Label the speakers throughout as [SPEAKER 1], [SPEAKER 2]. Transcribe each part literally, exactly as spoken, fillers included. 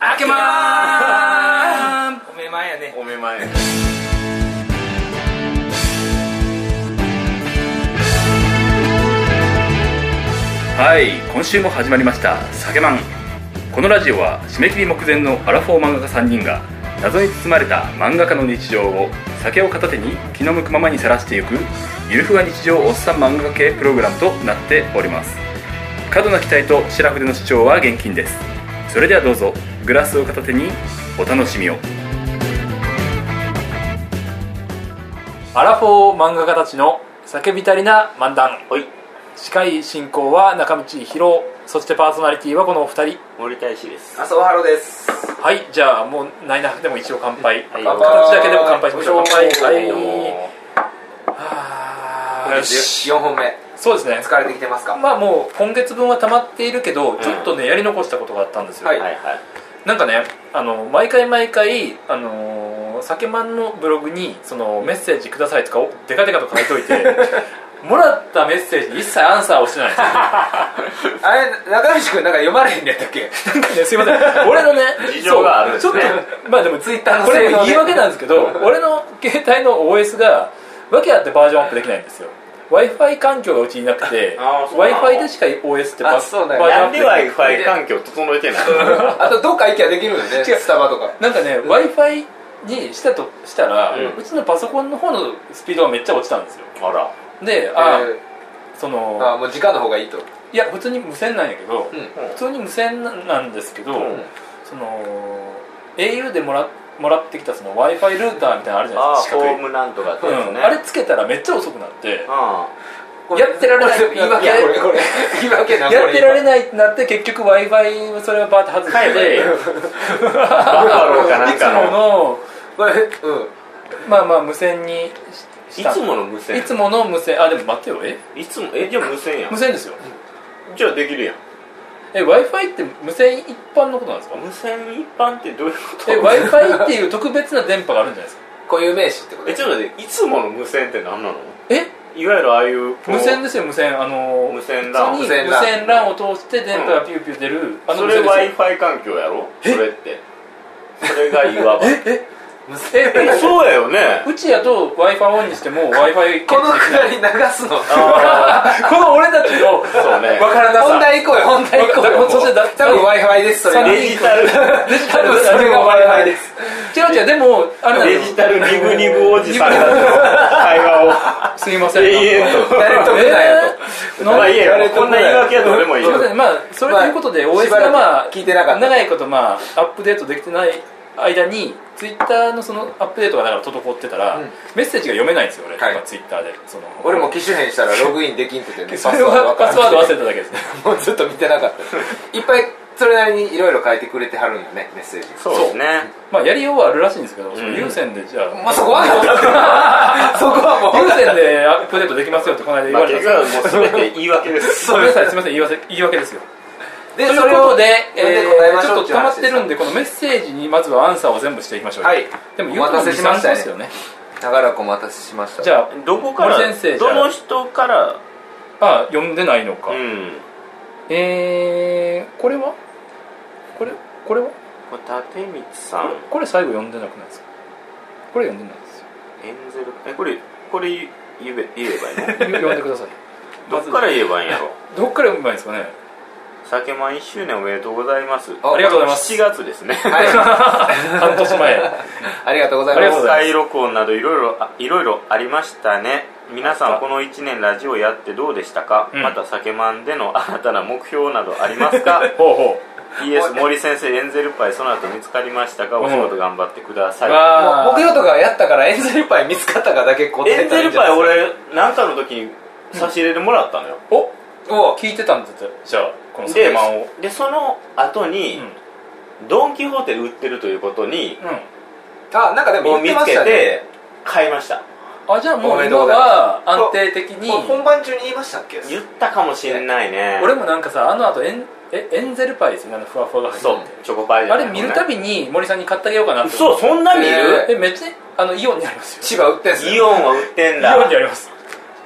[SPEAKER 1] あけまーん。
[SPEAKER 2] おめまいやね。
[SPEAKER 3] おめまい。
[SPEAKER 1] はい、今週も始まりました酒マン。このラジオは締め切り目前のアラフォー漫画家さんにんが謎に包まれた漫画家の日常を酒を片手に気の向くままにさらしていくゆるふわ日常おっさん漫画家系プログラムとなっております。過度な期待と白筆の主張は厳禁です。それではどうぞグラスを片手にお楽しみを。アラフォー漫画家たちの叫びたりな漫談。
[SPEAKER 3] はい。
[SPEAKER 1] 司会進行は中道ひろ、そしてパーソナリティはこのお二人。
[SPEAKER 3] 森大志です。
[SPEAKER 2] 麻生ハロです。
[SPEAKER 1] はい、じゃあもうないなでも一応乾杯、
[SPEAKER 3] はい、
[SPEAKER 2] 乾杯
[SPEAKER 1] 形だけでも乾杯しましょう。乾杯。はい。
[SPEAKER 3] どうも
[SPEAKER 1] はーよし。
[SPEAKER 2] よんほんめ
[SPEAKER 1] そうですね。
[SPEAKER 2] 疲れてきてますか？
[SPEAKER 1] まあもう今月分は溜まっているけど、
[SPEAKER 3] うん
[SPEAKER 1] ちょっとねやり残したことがあったんですよ。
[SPEAKER 2] はい
[SPEAKER 3] はいはい。
[SPEAKER 1] なんかね、あの毎回毎回あのー、酒マンのブログにそのメッセージくださいとかをデカデカと書いといてもらったメッセージに一切アンサーをしてないんですよ。
[SPEAKER 2] あれ中西君なんか読まれへんのやったっけ？
[SPEAKER 1] なんかね、すいません、俺のね
[SPEAKER 3] 事情があるんですね。
[SPEAKER 1] ちょっとまあでも
[SPEAKER 2] ツイッターの
[SPEAKER 1] これ
[SPEAKER 2] 性能ね
[SPEAKER 1] も言い訳なんですけど俺の携帯の オーエス がわけあってバージョンアップできないんですよ。 Wi-Fi 環境がうちになくて
[SPEAKER 3] あーそうなの
[SPEAKER 1] Wi-Fi でしか オーエス ってバ
[SPEAKER 2] あそうだよ
[SPEAKER 1] バージョンア
[SPEAKER 3] なんで
[SPEAKER 1] ップできない。
[SPEAKER 3] Wi-Fi 環境整えてない
[SPEAKER 2] あとどっか行きゃできるよね。
[SPEAKER 1] 違う
[SPEAKER 2] スタバとか。
[SPEAKER 1] なんかね Wi-Fi にしたとしたら、
[SPEAKER 3] う
[SPEAKER 1] うんちのパソコンの方のスピードがめっちゃ落ちたんですよ。
[SPEAKER 3] あら。
[SPEAKER 1] で、あ、
[SPEAKER 2] え
[SPEAKER 1] その
[SPEAKER 2] ー、あもう時間の方がいいと。
[SPEAKER 1] いや普通に無線なんやけど、
[SPEAKER 2] うん
[SPEAKER 1] 普通に無線なんですけど、
[SPEAKER 3] うん
[SPEAKER 1] その エーユー でもらもらってきたその Wi-Fi ルーターみたいなのあるじゃない
[SPEAKER 3] ああ、
[SPEAKER 1] ですか、四角い、
[SPEAKER 3] ホームなんとかってやつね。
[SPEAKER 1] うん、あれつけたらめっちゃ遅くなって
[SPEAKER 3] あ
[SPEAKER 2] これ
[SPEAKER 1] やってられない
[SPEAKER 2] こ言い訳やこれこれ言い訳なこれ
[SPEAKER 1] やってられないってなって結局 Wi-Fi それをバーって外して
[SPEAKER 3] 変えてバッファローかなんかの
[SPEAKER 1] いつもの
[SPEAKER 2] これうん
[SPEAKER 1] まあまあ無線にしした
[SPEAKER 3] いつもの無線。
[SPEAKER 1] いつもの無線。あでも待ってよ、え
[SPEAKER 3] いつもえじゃあ無線やん
[SPEAKER 1] 無。線ですよ。
[SPEAKER 3] じゃあできるやん。
[SPEAKER 1] え Wi-Fi って無線一般のことなんですか？
[SPEAKER 3] 無線一般ってどういうこと？
[SPEAKER 1] え Wi-Fi っていう特別な電波があるんじゃないですか？
[SPEAKER 2] 固有名詞ってこと
[SPEAKER 3] えちょっと待って、いつもの無線って何なの？
[SPEAKER 1] え
[SPEAKER 3] いわゆるああいう
[SPEAKER 1] 無線ですよ、無線。あのー、
[SPEAKER 3] 無線 ラン
[SPEAKER 1] 普通に無線 ランを通して電波がピューピュー出る、あの
[SPEAKER 3] それ
[SPEAKER 1] 無線ですよ。
[SPEAKER 3] Wi-Fi 環境やろ？それってそれがいわば
[SPEAKER 1] ええ
[SPEAKER 2] 無線
[SPEAKER 1] え
[SPEAKER 3] えそうやよね。
[SPEAKER 1] うちやと Wi-Fi オンにしても Wi-Fi
[SPEAKER 2] このくらい流すの
[SPEAKER 1] この俺たちの
[SPEAKER 3] そうね。
[SPEAKER 1] わからなさ
[SPEAKER 2] 本題行こうよ本題行こうよ
[SPEAKER 1] そしてだ
[SPEAKER 2] 多分 Wi-Fi ですそれ
[SPEAKER 3] デジタル
[SPEAKER 1] デジタル
[SPEAKER 2] 多分それが Wi-Fi です
[SPEAKER 1] 違う違う、でもあれなんですよ。
[SPEAKER 3] デジタルニブニブおじさんたちの会話
[SPEAKER 1] すいません、
[SPEAKER 3] を永遠と
[SPEAKER 2] 誰得なんやと
[SPEAKER 1] と
[SPEAKER 3] まあいいやこんな言い訳はどうでもいいよ。
[SPEAKER 1] すいません、まあそれということで オーエス
[SPEAKER 2] しばらく
[SPEAKER 1] がまあ
[SPEAKER 2] 聞いてなかった
[SPEAKER 1] 長いことまあアップデートできてない間にツイッターのそのアップデートがだから滞ってたら、
[SPEAKER 2] うん
[SPEAKER 1] メッセージが読めないんですよ俺、
[SPEAKER 2] はい
[SPEAKER 1] まあ、ツイッターでその
[SPEAKER 2] 俺も機種変したらログインできんくてね
[SPEAKER 1] それはパスワード忘れ
[SPEAKER 2] て
[SPEAKER 1] ただけですね
[SPEAKER 2] もうずっと見てなかったいっぱいそれなりにいろいろ書いてくれてはるんよねメッセージ
[SPEAKER 3] そうですね。
[SPEAKER 1] まあやりようはあるらしいんですけど、その
[SPEAKER 3] うん
[SPEAKER 1] 有線でじゃあ、
[SPEAKER 2] まあそこは分かったそこはもう
[SPEAKER 1] 有線でアップデートできますよってこの間言
[SPEAKER 3] まあ
[SPEAKER 1] われたんです
[SPEAKER 3] 結局はもう全て言い訳です。
[SPEAKER 1] ごめんなさい、すみません、言い訳言い訳ですよ。
[SPEAKER 2] で
[SPEAKER 1] ということで、
[SPEAKER 2] それを
[SPEAKER 1] え
[SPEAKER 2] 読んで答えましょう
[SPEAKER 1] ーちょっと溜まってるんで、このメッセージにまずはアンサーを全部していきましょうよ。
[SPEAKER 2] はい
[SPEAKER 1] でも言うとも
[SPEAKER 2] お待たせしましたね
[SPEAKER 1] ですよね。
[SPEAKER 2] 長らくお待たせしました
[SPEAKER 1] じゃ
[SPEAKER 3] どこから
[SPEAKER 1] 森先生じゃあ
[SPEAKER 3] どの人から
[SPEAKER 1] あ、あ、読んでないのか。
[SPEAKER 3] うん
[SPEAKER 1] えー、これはこれこれは
[SPEAKER 3] これ立光さん
[SPEAKER 1] これ最後読んでなくないですか？これ読んでないですよ。
[SPEAKER 3] エンゼルえこれこれ言え言えばいいの？
[SPEAKER 1] 読読んでください。
[SPEAKER 3] どっから言えばいいんやろ？
[SPEAKER 1] どっから読めばいいんですかね。
[SPEAKER 3] 酒まんいっしゅうねんおめでとうございます。
[SPEAKER 2] あ
[SPEAKER 1] りがとうございます
[SPEAKER 3] しちがつですね。
[SPEAKER 2] はい
[SPEAKER 1] 半年前。
[SPEAKER 2] ありがとうござい
[SPEAKER 1] ありがとうございます
[SPEAKER 2] ます
[SPEAKER 3] 公開録音などいろいろあいろいろありましたね。皆さんこのいちねんラジオやってどうでしたか？
[SPEAKER 1] うん
[SPEAKER 3] また酒まんでの新たな目標などありますか？
[SPEAKER 1] ほうほ
[SPEAKER 3] ピーエス 森先生エンゼルパイその後見つかりましたか？お仕事頑張ってくださ
[SPEAKER 1] う。
[SPEAKER 3] い。
[SPEAKER 1] わ
[SPEAKER 2] 目標とかやったからエンゼルパイ見つかったかだけ答え
[SPEAKER 3] エンゼル
[SPEAKER 2] たらいいんじゃない
[SPEAKER 3] パイ俺なんかの時に差し入れでもらったのよ。
[SPEAKER 1] お
[SPEAKER 2] お
[SPEAKER 1] 聞いてたんですよ。じゃあこの酒
[SPEAKER 3] で
[SPEAKER 1] まんを。
[SPEAKER 3] でその後に、ドン・キホーテで売ってるということに
[SPEAKER 1] うん。うん。
[SPEAKER 2] あなんかでも言って
[SPEAKER 3] を見つけ
[SPEAKER 2] ましたね
[SPEAKER 3] て買いました。
[SPEAKER 1] あ、じゃあも
[SPEAKER 2] おめ
[SPEAKER 1] う今
[SPEAKER 2] でとうございます
[SPEAKER 1] は安定的に。
[SPEAKER 2] これ本番中に言いましたっけ
[SPEAKER 3] 言ったかもしれないね。
[SPEAKER 1] 俺もなんかさ、あの後エンえエンゼルパイですよね、あのふわふわが入って
[SPEAKER 3] そうチョコパイじゃ
[SPEAKER 1] あ
[SPEAKER 3] ないのね
[SPEAKER 1] れ見るたびに森さんに買ってあげようかなって
[SPEAKER 3] そうそんな見る？
[SPEAKER 1] えめっちゃあのイオンにありますよ。
[SPEAKER 2] 千葉売ってんすよ
[SPEAKER 3] イオンは売ってん
[SPEAKER 1] イ
[SPEAKER 3] だ。
[SPEAKER 1] オンにあります。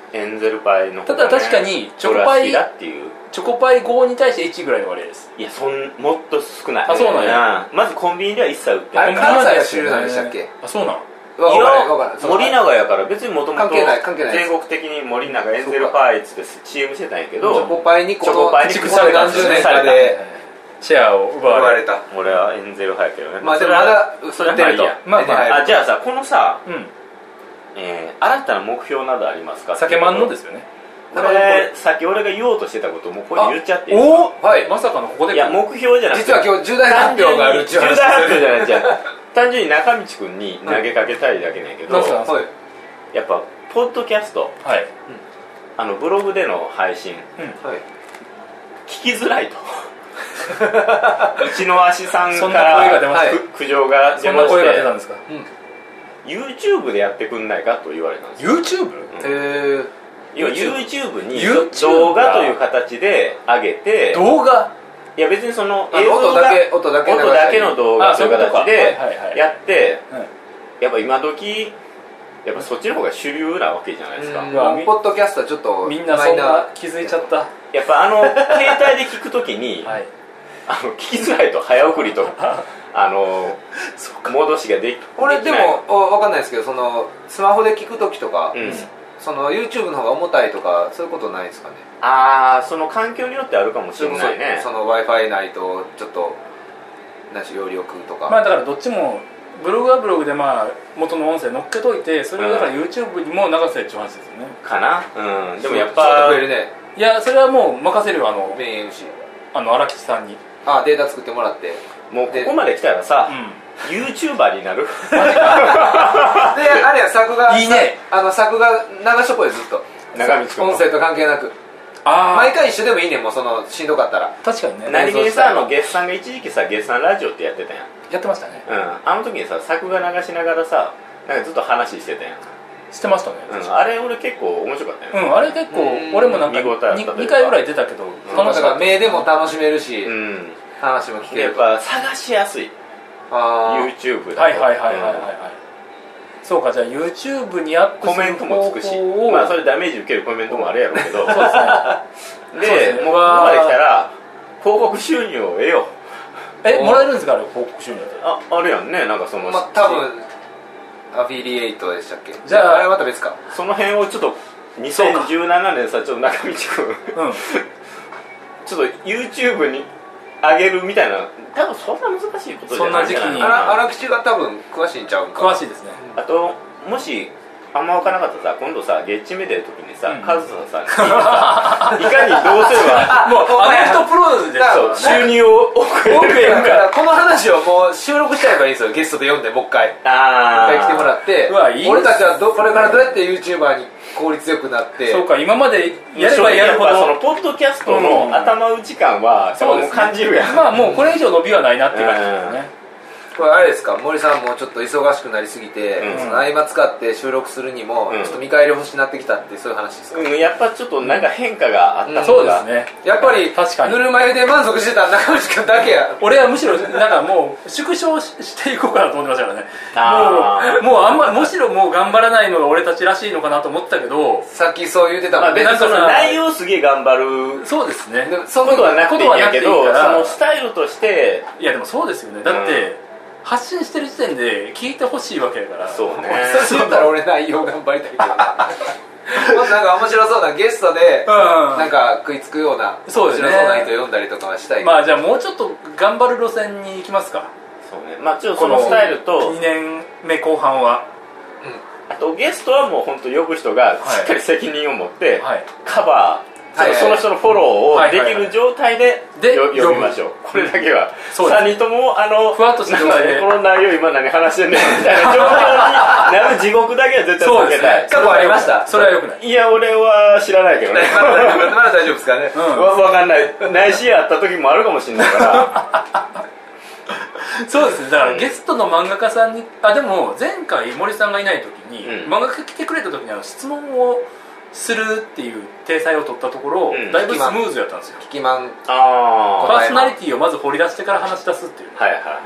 [SPEAKER 3] エンゼルパイの方
[SPEAKER 1] ただ確かにチョコパイ
[SPEAKER 3] 俺は好きだっていう。
[SPEAKER 1] チョコパイごに対していちぐらいの割合です。
[SPEAKER 3] いや、そんもっと少ない。
[SPEAKER 1] あそうなんや
[SPEAKER 3] うんまずコンビニでは一切売ってない。
[SPEAKER 2] あれ関西が主流なんでしたっけ？
[SPEAKER 1] あそうなん。
[SPEAKER 2] わわかんないわかんない。
[SPEAKER 3] 森永やから別にもともと
[SPEAKER 2] 関係ない関係ないです
[SPEAKER 3] 全国的に森永エンゼルパイっつって シーエム してたんやけど、
[SPEAKER 2] チョコパイにこ
[SPEAKER 3] チョコ
[SPEAKER 2] の
[SPEAKER 3] パイにこ
[SPEAKER 2] 築され何十年かで
[SPEAKER 1] シェアを奪
[SPEAKER 2] 奪
[SPEAKER 1] われる。
[SPEAKER 2] われた。
[SPEAKER 3] 俺はエンゼル派やけどね。
[SPEAKER 2] まあでもまだ売
[SPEAKER 3] それは
[SPEAKER 2] ってると。
[SPEAKER 1] まあまあ
[SPEAKER 3] あ、じゃあさ、このさ、
[SPEAKER 1] うん。
[SPEAKER 3] えー新たな目標などありますか？
[SPEAKER 1] 酒まんのですよね。
[SPEAKER 3] これさっき俺が言おうとしてたことをもうこれで言っちゃっていいですか？
[SPEAKER 1] おお、はい。まさかのここで。
[SPEAKER 3] いや目標じゃなくて
[SPEAKER 2] 実は今日重大発表があるっていう話
[SPEAKER 3] 重大発表じゃないじゃん単純に中道くんに投げかけたいだけなんやけど、
[SPEAKER 1] なんすか
[SPEAKER 2] はい。
[SPEAKER 3] やっぱポッドキャスト、
[SPEAKER 1] はい。
[SPEAKER 3] あのブログでの配信
[SPEAKER 2] はい。
[SPEAKER 3] 聞きづらいとうちの足さん
[SPEAKER 1] そんな
[SPEAKER 3] から
[SPEAKER 1] 声が出ました。
[SPEAKER 3] く苦情が出
[SPEAKER 1] そんな
[SPEAKER 3] まし
[SPEAKER 1] 声が出たんで
[SPEAKER 3] て
[SPEAKER 1] すか。
[SPEAKER 3] YouTube でやってくんないかと言われたんですよ。
[SPEAKER 1] YouTube？
[SPEAKER 2] えー。
[SPEAKER 3] 要は YouTube に
[SPEAKER 1] YouTube
[SPEAKER 3] 動画という形で上げて、
[SPEAKER 1] 動画？
[SPEAKER 3] いや別にその
[SPEAKER 2] あ
[SPEAKER 3] 映像が
[SPEAKER 2] 音だけ音だけ流したり
[SPEAKER 3] 音だけの動画という形
[SPEAKER 1] あそういうことか
[SPEAKER 3] で
[SPEAKER 1] はいはいはい
[SPEAKER 3] やって、
[SPEAKER 1] はい
[SPEAKER 3] やっぱ今時やっぱそっちの方が主流なわけじゃないですか。
[SPEAKER 2] うん
[SPEAKER 1] うわ
[SPEAKER 2] もうポッドキャストはちょっと
[SPEAKER 1] みんなそんな気づいちゃった。
[SPEAKER 3] やっぱあの携帯で聞くときに、
[SPEAKER 1] はい。
[SPEAKER 3] あの聞きづらいと早送りとあの戻しができ
[SPEAKER 2] 俺で
[SPEAKER 3] きない
[SPEAKER 2] もおわかんないですけど、そのスマホで聞くときとか、
[SPEAKER 3] うん
[SPEAKER 2] その YouTube の方が重たいとかそういうことないですかね。
[SPEAKER 3] ああその環境によってあるかもし
[SPEAKER 2] それこそ
[SPEAKER 3] れないね。
[SPEAKER 2] その Wi-Fi ないとちょっとなし容量食うとか。
[SPEAKER 1] まあだからどっちもブログはブログでまあ元の音声乗っけといて、それをだから YouTube にも流せっていう話ですよね。
[SPEAKER 3] かな。うんでもやっ
[SPEAKER 2] ちょっ
[SPEAKER 3] ぱ
[SPEAKER 2] と増えるね。
[SPEAKER 1] いやそれはもう任せるよ、あの
[SPEAKER 2] メイン エムシー。
[SPEAKER 1] あの荒吉さんに。
[SPEAKER 2] あ、データ作ってもらって。
[SPEAKER 3] もうここまで来たらさ、
[SPEAKER 1] う
[SPEAKER 3] YouTuber になる
[SPEAKER 2] で、あれや作画
[SPEAKER 1] いいね。
[SPEAKER 2] あの作画流しとこうよずっと。
[SPEAKER 3] 長道君の
[SPEAKER 2] 音声と関係なく。
[SPEAKER 1] ん。ああ。
[SPEAKER 2] 毎回一緒でもいいねんもうそのしんどかったら。
[SPEAKER 1] 確かにね。
[SPEAKER 3] 何気に
[SPEAKER 2] 演奏したら
[SPEAKER 3] さあの月さんが一時期さ月さんラジオってやってたやん。
[SPEAKER 1] やってましたね。
[SPEAKER 3] うんあの時にさ作画流しながらさなんかずっと話してたやん。
[SPEAKER 1] してましたね。
[SPEAKER 3] うんあれ俺結構面白かったよ。
[SPEAKER 1] うん、あれ結構
[SPEAKER 2] うん
[SPEAKER 1] 俺もなんか
[SPEAKER 3] 見応えあったというか
[SPEAKER 1] にかいぐらい出たけど
[SPEAKER 2] だか
[SPEAKER 1] 楽しからった。
[SPEAKER 2] 目でも楽しめるし、
[SPEAKER 3] うん
[SPEAKER 2] 話も聞け
[SPEAKER 3] でやっ
[SPEAKER 2] ると。
[SPEAKER 3] ぱ探しやすい
[SPEAKER 2] あー
[SPEAKER 3] YouTube だと。
[SPEAKER 1] はいはいはいはいはい
[SPEAKER 3] うん
[SPEAKER 1] はい。そうか、じゃあ YouTube にアップする
[SPEAKER 3] コメントもつくし
[SPEAKER 1] 方法を
[SPEAKER 3] まあそれダメージ受けるコメントもあるやろうけど
[SPEAKER 1] そうですね。そうですね
[SPEAKER 3] でもうここまで来たら広告収入を得よう。
[SPEAKER 1] え、もらえるんですかあれ広告収入って。
[SPEAKER 3] ああるやんねなんかその、
[SPEAKER 2] まあ多分アフィリエイトでしたっけ。
[SPEAKER 1] じゃあ
[SPEAKER 2] あれはまた別か。
[SPEAKER 3] その辺をちょっとにせんじゅうななねんさちょっと中道君
[SPEAKER 1] うん。
[SPEAKER 3] ちょっと YouTube に上げるみたいな多分そんな難しいことじゃないんじゃない
[SPEAKER 1] そんな時期に
[SPEAKER 2] あら
[SPEAKER 3] かな。
[SPEAKER 2] 荒吉が多分詳しいんちゃうんか。
[SPEAKER 1] 詳しいですね。
[SPEAKER 3] あともしあんま分からなかったらさ今度さゲッチメ出る時にさ、
[SPEAKER 1] うん
[SPEAKER 3] カズさんさいかにどうすれば
[SPEAKER 1] もうアメフトプロですよ。
[SPEAKER 3] そう収入を多く得れる
[SPEAKER 2] だから
[SPEAKER 3] か
[SPEAKER 2] この話をもう収録しちゃえばいいんですよ。ゲストで読んでもう一回もう一
[SPEAKER 3] あ
[SPEAKER 2] 回来てもらって
[SPEAKER 1] うわいいっすね
[SPEAKER 2] 俺たちはどこれからどうやって YouTuber に効率よくなって
[SPEAKER 1] そうか、今までやればやるほ
[SPEAKER 3] やっぱその
[SPEAKER 1] ど
[SPEAKER 3] ポッドキャスト
[SPEAKER 1] うん
[SPEAKER 3] の頭打ち感は
[SPEAKER 1] そうですね
[SPEAKER 3] もう感じるやん。
[SPEAKER 1] まあもうこれ以上伸びはないなっていう感じですね。
[SPEAKER 2] これあれですか、森さんもちょっと忙しくなりすぎて、
[SPEAKER 3] うん
[SPEAKER 2] その合間使って収録するにも
[SPEAKER 3] うん
[SPEAKER 2] ちょっと見返り欲しなってきたってそういう話ですか。
[SPEAKER 3] うん、やっぱちょっとなんか変化があった
[SPEAKER 1] そう
[SPEAKER 3] 方が、
[SPEAKER 1] ですね。
[SPEAKER 2] やっぱり
[SPEAKER 1] 確かに
[SPEAKER 2] ぬるま湯で満足してた中道君だけや。
[SPEAKER 1] 俺はむしろなんかもう縮小ししていこうかなと思ってましたからね。
[SPEAKER 3] あー
[SPEAKER 1] もうもうあんまむしろもう頑張らないのが俺たちらしいのかなと思ったけど、
[SPEAKER 2] さっきそう言ってた
[SPEAKER 3] まあ
[SPEAKER 2] もんね。
[SPEAKER 3] 別にその
[SPEAKER 1] なんかさ
[SPEAKER 3] 内容すげえ頑張る
[SPEAKER 1] そうですね。
[SPEAKER 2] でもその
[SPEAKER 3] ことはなくていいんやけど
[SPEAKER 1] ことはなくていいから
[SPEAKER 3] そのスタイルとして
[SPEAKER 1] いやでもそうですよね。だって、発信してる時点で聞いてほしいわけだから。
[SPEAKER 3] そうね
[SPEAKER 2] それ言ったら俺内容頑張りたいけどもっとなんか面白そうなゲストで
[SPEAKER 1] うん
[SPEAKER 2] なんか食いつくような
[SPEAKER 1] そうですね
[SPEAKER 2] 面白そうな人読んだりとかはしたいけど、
[SPEAKER 1] まあじゃあもうちょっと頑張る路線に行きますか。
[SPEAKER 3] そうねまあちょっとそのスタイルと
[SPEAKER 1] にねんめ後半は。
[SPEAKER 3] あとゲストはもう本当呼ぶ人がしっかり責任を持って、
[SPEAKER 1] はい。
[SPEAKER 3] カバー
[SPEAKER 2] はい
[SPEAKER 3] その人のフォローをできる状態で
[SPEAKER 1] で
[SPEAKER 3] よ読みましょう。これだけは
[SPEAKER 1] そうです
[SPEAKER 3] さんにんともあの
[SPEAKER 1] ふわっとした状態で
[SPEAKER 3] なんかねこの内容今何話してんねんみたいな状況になる地獄だけは絶対避けたい。
[SPEAKER 2] 過去ありました
[SPEAKER 1] それはよくない。
[SPEAKER 3] いや俺は知らないけどね
[SPEAKER 2] まだまだ大丈夫ですかね、
[SPEAKER 1] うん。
[SPEAKER 3] わわかんない内視野あった時もあるかもしれないから
[SPEAKER 1] そうですね。だから
[SPEAKER 3] うん
[SPEAKER 1] ゲストの漫画家さんに、あでも前回森さんがいない時に、
[SPEAKER 3] うん
[SPEAKER 1] 漫画家来てくれた時にあの質問をするっていう体裁を取ったところ、
[SPEAKER 3] うん
[SPEAKER 1] だいぶスムーズやったんですよ。
[SPEAKER 2] キキマン
[SPEAKER 3] あ
[SPEAKER 1] パーソナリティをまず掘り出してから話し出すっていう。
[SPEAKER 3] あはいはいは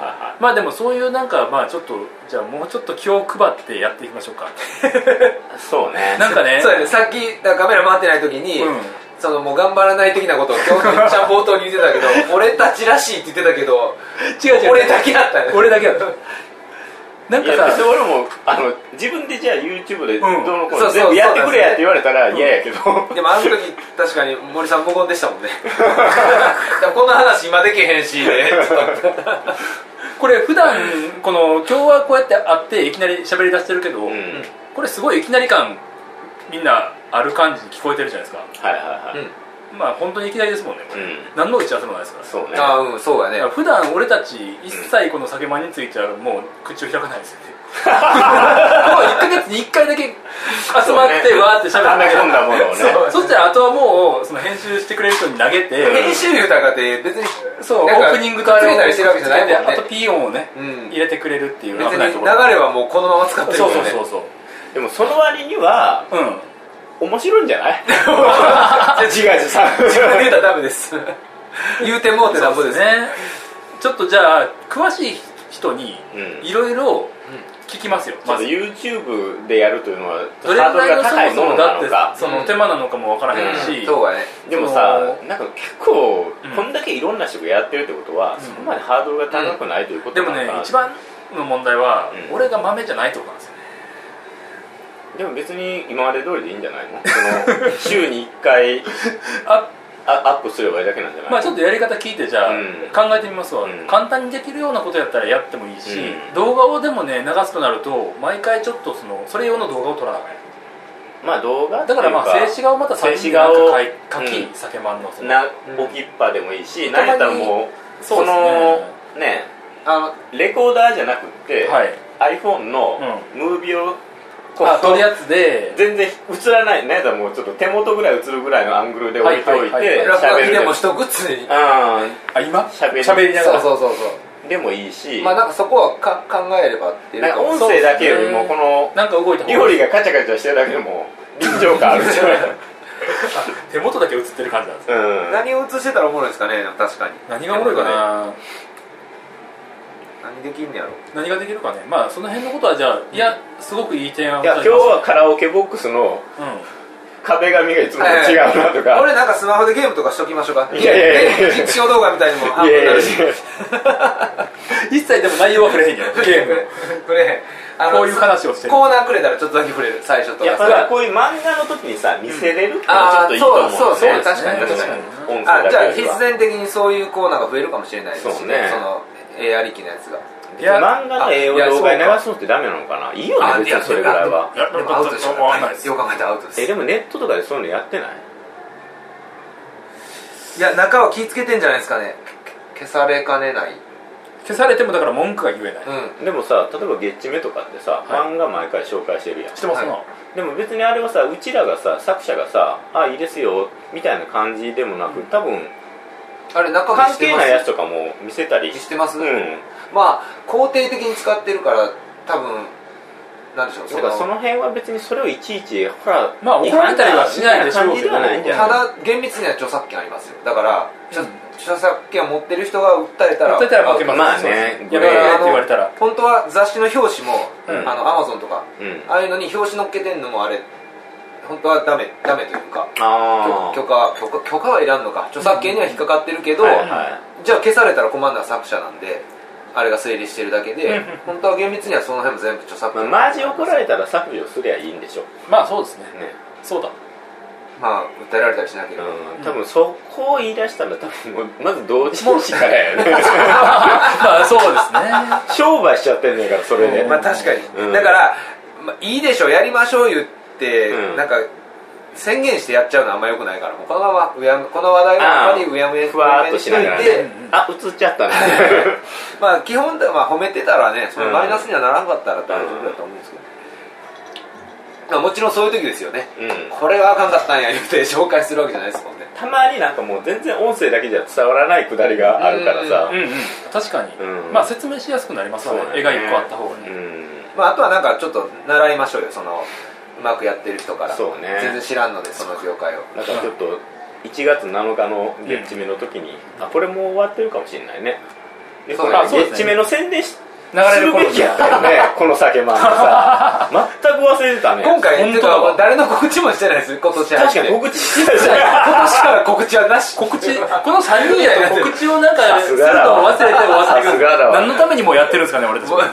[SPEAKER 1] まあでもそういうなんかまあちょっとじゃあもうちょっと気を配ってやっていきましょうか
[SPEAKER 3] そうね
[SPEAKER 1] なんかね
[SPEAKER 2] そうやね、さっきだからカメラ回ってない時に、うん、そのもう頑張らない的なことを今日めっちゃ冒頭に言ってたけど俺たちらしいって言ってたけど違う違う俺だけだったね
[SPEAKER 1] 俺だけだったなんかさ、
[SPEAKER 3] いや俺もあの自分でじゃあ YouTube でどうのこうの全部やってくれやって言われたら嫌やけど、
[SPEAKER 2] うん、でもあの時確かに森さん無言でしたもんねでもこんな話今できへんしね
[SPEAKER 1] これ普段この今日はこうやって会っていきなり喋り出してるけど、うん、これすごいいきなり感みんなある感じに聞こえてるじゃないですか。
[SPEAKER 3] はいはいはい、うん
[SPEAKER 1] まあ本当にいきなりですもんね、これ、うん、何の打ち合わせもないですから。
[SPEAKER 3] そうね。
[SPEAKER 2] ああ、うん、そうやね。
[SPEAKER 1] 普段俺たち一切この酒まんについてはもう口を開かないですよねこのいっかげつにいっかいだけ集まってわーってしゃべって
[SPEAKER 3] 込んだものをね
[SPEAKER 1] そしたらあとはもうその編集してくれる人に投げて
[SPEAKER 2] 編集言うたかって別に
[SPEAKER 1] そうオープニングとあれを
[SPEAKER 2] たりしてるわけじゃないもんね。
[SPEAKER 1] あとピー音をね、うん、入れてくれるっていう
[SPEAKER 2] 別に流れはもうこのまま使ってるもんね。
[SPEAKER 1] そうそうそうそう。
[SPEAKER 3] でもその割にはうん面白いんじゃない？
[SPEAKER 2] 違う違うさ自分で言うたらダメです言うてもうてなんぼですね。
[SPEAKER 1] ちょっとじゃあ詳しい人にいろいろ聞きますよ。
[SPEAKER 3] まず YouTube でやるというのは
[SPEAKER 1] どれぐらいの高いものなのか、その手間なのかもわからへんし、
[SPEAKER 2] そうはね。
[SPEAKER 3] でもさ、なんか結構こんだけいろんな人がやってるってことはそこまでハードルが高くないということなのかな。
[SPEAKER 1] でもね、一番の問題は俺が豆じゃないってことなんですよ。
[SPEAKER 3] でも別に今まで通りでいいんじゃないの？その週にいっかいアップすればいいだけなんじゃないの？
[SPEAKER 1] まあちょっとやり方聞いてじゃあ、うん、考えてみますわ、うん、簡単にできるようなことやったらやってもいいし、うん、動画をでもね流すとなると毎回ちょっとそのそれ用の動画を撮らなきゃいけない。
[SPEAKER 3] まあ動画
[SPEAKER 1] だからまあ静止画をまたさんにんでなんか書き、うん、酒まんのその
[SPEAKER 3] な置きっぱでもいいし、何やったらもうそのねあのレコーダーじゃなくって、はい、iPhone のムービーを
[SPEAKER 1] あ撮るやつで
[SPEAKER 3] 全然映らないね。もうちょっと手元ぐらい映るぐらいのアングルで置いておいて
[SPEAKER 2] 落書きでもしとく常に
[SPEAKER 1] あ今しゃべりながら
[SPEAKER 2] そうそうそうそう
[SPEAKER 3] でもいいし、
[SPEAKER 2] まあなんかそこはか考えればっていう
[SPEAKER 3] なんか音声だけよりもこの
[SPEAKER 1] なんか動いた
[SPEAKER 3] 料理がカチャカチャしてるだけでも臨場感あるじゃない
[SPEAKER 1] 手元だけ映ってる感じなんですか、
[SPEAKER 2] うん、何を映してたらおもろいですかね。確かに
[SPEAKER 1] 何がおもろいかな。
[SPEAKER 2] 何できんねやろ。
[SPEAKER 1] 何ができるかね。まあその辺のことはじゃあいやすごくいい提案を
[SPEAKER 3] いや今日はカラオケボックスの壁紙がいつもと違うなとか、
[SPEAKER 2] 俺なんかスマホでゲームとかしときましょうか。
[SPEAKER 3] いやいやいや
[SPEAKER 2] 実証動画みたいにも半分になるし
[SPEAKER 1] 一切でも内容は触れへんやんゲーム
[SPEAKER 2] 触れへん。
[SPEAKER 1] こういう話をしてる
[SPEAKER 2] コーナーくれたらちょっとだけ触れる最初とか。
[SPEAKER 3] やっぱりこういう漫画の時にさ見せれるってちょっといいと思う。
[SPEAKER 2] そうそうそう確かに確かに。あじゃあ必然的にそういうコーナーが増えるかもしれないですしね。その絵ありきのやつが。
[SPEAKER 3] いや漫画の絵を動画に流すのってダメなのかな。いいよね別にそれぐらいは。
[SPEAKER 2] でもアウトでしょ。よく考えたらアウトです。
[SPEAKER 3] えでもネットとかでそういうのやってない？
[SPEAKER 2] いや中は気ぃつけてんじゃないですかね。消されかねない。
[SPEAKER 1] 消されてもだから文句が言えない、
[SPEAKER 3] うん、でもさ例えばゲッチメとかってさ、はい、漫画毎回紹介してるやん。
[SPEAKER 1] してますな、
[SPEAKER 3] はい、でも別にあれはさうちらがさ作者がさあいいですよみたいな感じでもなく、うん、多分
[SPEAKER 2] あれ中
[SPEAKER 3] 関係ないやつとかも見せたり
[SPEAKER 2] してます、
[SPEAKER 3] うん、
[SPEAKER 2] まあ肯定的に使ってるから多分なんでしょう。
[SPEAKER 3] だからその辺は別にそれをいちいちほら
[SPEAKER 1] まあ怒られたりはしないでしょうけど、
[SPEAKER 2] ただ厳密には著作権ありますよ。だから、うん、著作権を持ってる人が訴えたら
[SPEAKER 1] 訴えたら負けます。
[SPEAKER 3] まあね
[SPEAKER 1] やめろって言われたら
[SPEAKER 2] 本当は雑誌の表紙も、うん、あのアマゾンとか、
[SPEAKER 3] うん、
[SPEAKER 2] ああいうのに表紙載っけてんのもあれ本当はダメダメというか
[SPEAKER 3] あ
[SPEAKER 2] 許可許可許可はいらんのか。著作権には引っかかってるけど、うんはいはい、じゃあ消されたら困るのは作者なんであれが整理してるだけで本当は厳密にはその辺も全部著作権、
[SPEAKER 3] まあ、マジ怒られたら削除すりゃいいんでしょ。
[SPEAKER 1] まあそうですね、
[SPEAKER 3] ね
[SPEAKER 1] そうだ
[SPEAKER 2] まあ訴えられたりしなければ、
[SPEAKER 3] うん、多分そこを言い出したら多分もうまず同人誌からやね
[SPEAKER 1] まあそうですね
[SPEAKER 3] 商売しちゃってんねんからそれで、
[SPEAKER 2] まあ確かに、うん、だから、まあ、いいでしょやりましょう言って、うん、なんか宣言してやっちゃうのはあんま良くないからもうこのままうやこの話題はあんまりうやむや
[SPEAKER 3] ふわーっとしながら、ね、あ映っちゃったね
[SPEAKER 2] まあ基本では、まあ、褒めてたらねそのマイナスにはならなかったら大丈夫だと思うんですけど、まあ、もちろんそういう時ですよね、うん、これはあかんかったんや言って紹介するわけじゃないですもんね。
[SPEAKER 3] たまになんかもう全然音声だけじゃ伝わらないくだりがあるからさ、
[SPEAKER 1] うんうんうん、確かに、うん、まあ説明しやすくなりますよね、絵がいっこあった方がね、
[SPEAKER 2] うんまあ、あとはなんかちょっと習いましょうよそのうまくやってる人から。
[SPEAKER 3] そうね
[SPEAKER 2] 全然知らんのでその業界を。
[SPEAKER 3] だからちょっといちがつなのかの月目の時に、うん、あこれもう終わってるかもしれないね。 でこれゲッチめの宣伝し流れるべきやったよねこの酒まんさ全く忘れてたね
[SPEAKER 2] 今回本当は誰の告知もしてないです今年
[SPEAKER 3] 確かに告知してない
[SPEAKER 2] 今年から告知はなし
[SPEAKER 1] 告知このさんにんやと告知をなんかするのを忘れて終わってくる何のためにもうやってるんですかね俺たちも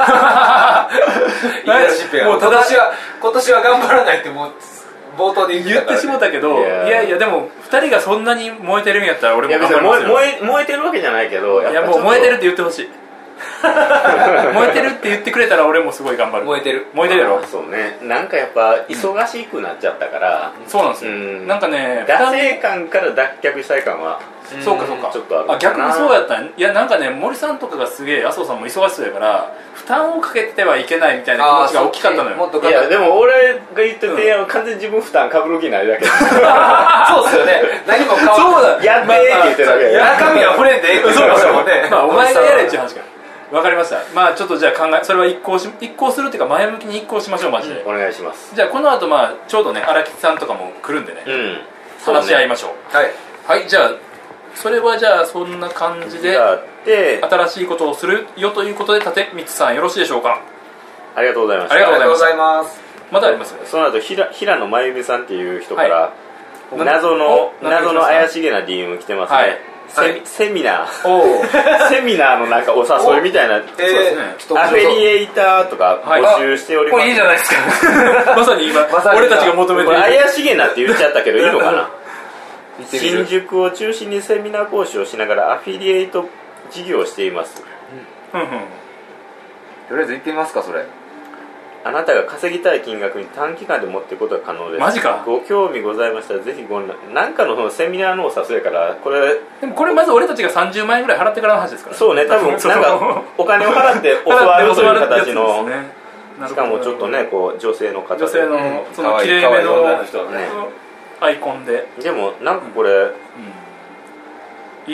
[SPEAKER 2] もう今年は今年は頑張らないってもう冒頭で
[SPEAKER 1] 言ってしもたけどいやいやでもふたりがそんなに燃えてるんやったら俺も頑張りますよ
[SPEAKER 3] 燃え燃えてるわけじゃないけど
[SPEAKER 1] いやもう燃えてるって言ってほしい燃えてるって言ってくれたら俺もすごい頑張る
[SPEAKER 2] 燃えてる
[SPEAKER 1] 燃えてるやろ
[SPEAKER 3] そうねなんかやっぱ忙しくなっちゃったから
[SPEAKER 1] そうなんですよなんかね
[SPEAKER 3] 惰性感から脱却したい感は
[SPEAKER 1] そうかそうか
[SPEAKER 3] ちょっとある
[SPEAKER 1] あ逆にそうやったんいやなんかね森さんとかがすげえ麻生さんも忙しそうやから負担をかけてはいけないみたいな気持ちが大きかったのよ
[SPEAKER 3] いやでも俺が言ってる提案は完全に自分負担かぶる気ないだけ
[SPEAKER 2] そうっすよね何も変わ
[SPEAKER 3] そうだやってって言ってるだけ
[SPEAKER 2] 中身は触れんでええって
[SPEAKER 1] そうですよねまあお前がやれっていう話かわかりましたまあちょっとじゃあ考えそれは一行し一行するっていうか前向きに一行しましょうマジで、
[SPEAKER 3] うん、お願いします
[SPEAKER 1] じゃあこの後まあちょうどね荒木さんとかも来るんでね、うん、話し合いましょう、
[SPEAKER 2] はい
[SPEAKER 1] はいじゃあそれはじゃあそんな感じで新しいことをするよということで立光さんよろしいでしょうか
[SPEAKER 3] ありがとうございました
[SPEAKER 2] ありがとうございます
[SPEAKER 1] まだありますよね
[SPEAKER 3] その後平平野真由美さんっていう人から、はい、謎の謎の怪しげな ディーエム 来てますね、はいセ, セミナーセミナーのなんかお誘いみたいな、えー、そうですね、アフィリエイターとか募集しております、
[SPEAKER 2] はい、これいいじゃないですか
[SPEAKER 1] まさに今俺たちが求めてる
[SPEAKER 3] 怪しげなって言っちゃったけどいいのかな新宿を中心にセミナー講師をしながらアフィリエイト事業をしています、
[SPEAKER 2] うんうん、とりあえず行ってみますかそれ
[SPEAKER 3] あなたが稼ぎたい金額に短期間で持っていくことが可能です
[SPEAKER 1] マジか
[SPEAKER 3] ご興味ございましたらぜひご何かのそのセミナーのお誘いやからこれ
[SPEAKER 1] でもこれまず俺たちがさんじゅうまんえんぐらい払ってからの話ですから、ね、
[SPEAKER 3] そうね多分なんかお金を払って教わるという形のしかもちょっとねこう女性の方で
[SPEAKER 1] 女性のその綺麗めのアイコンで
[SPEAKER 3] でもなんかこれ、うん、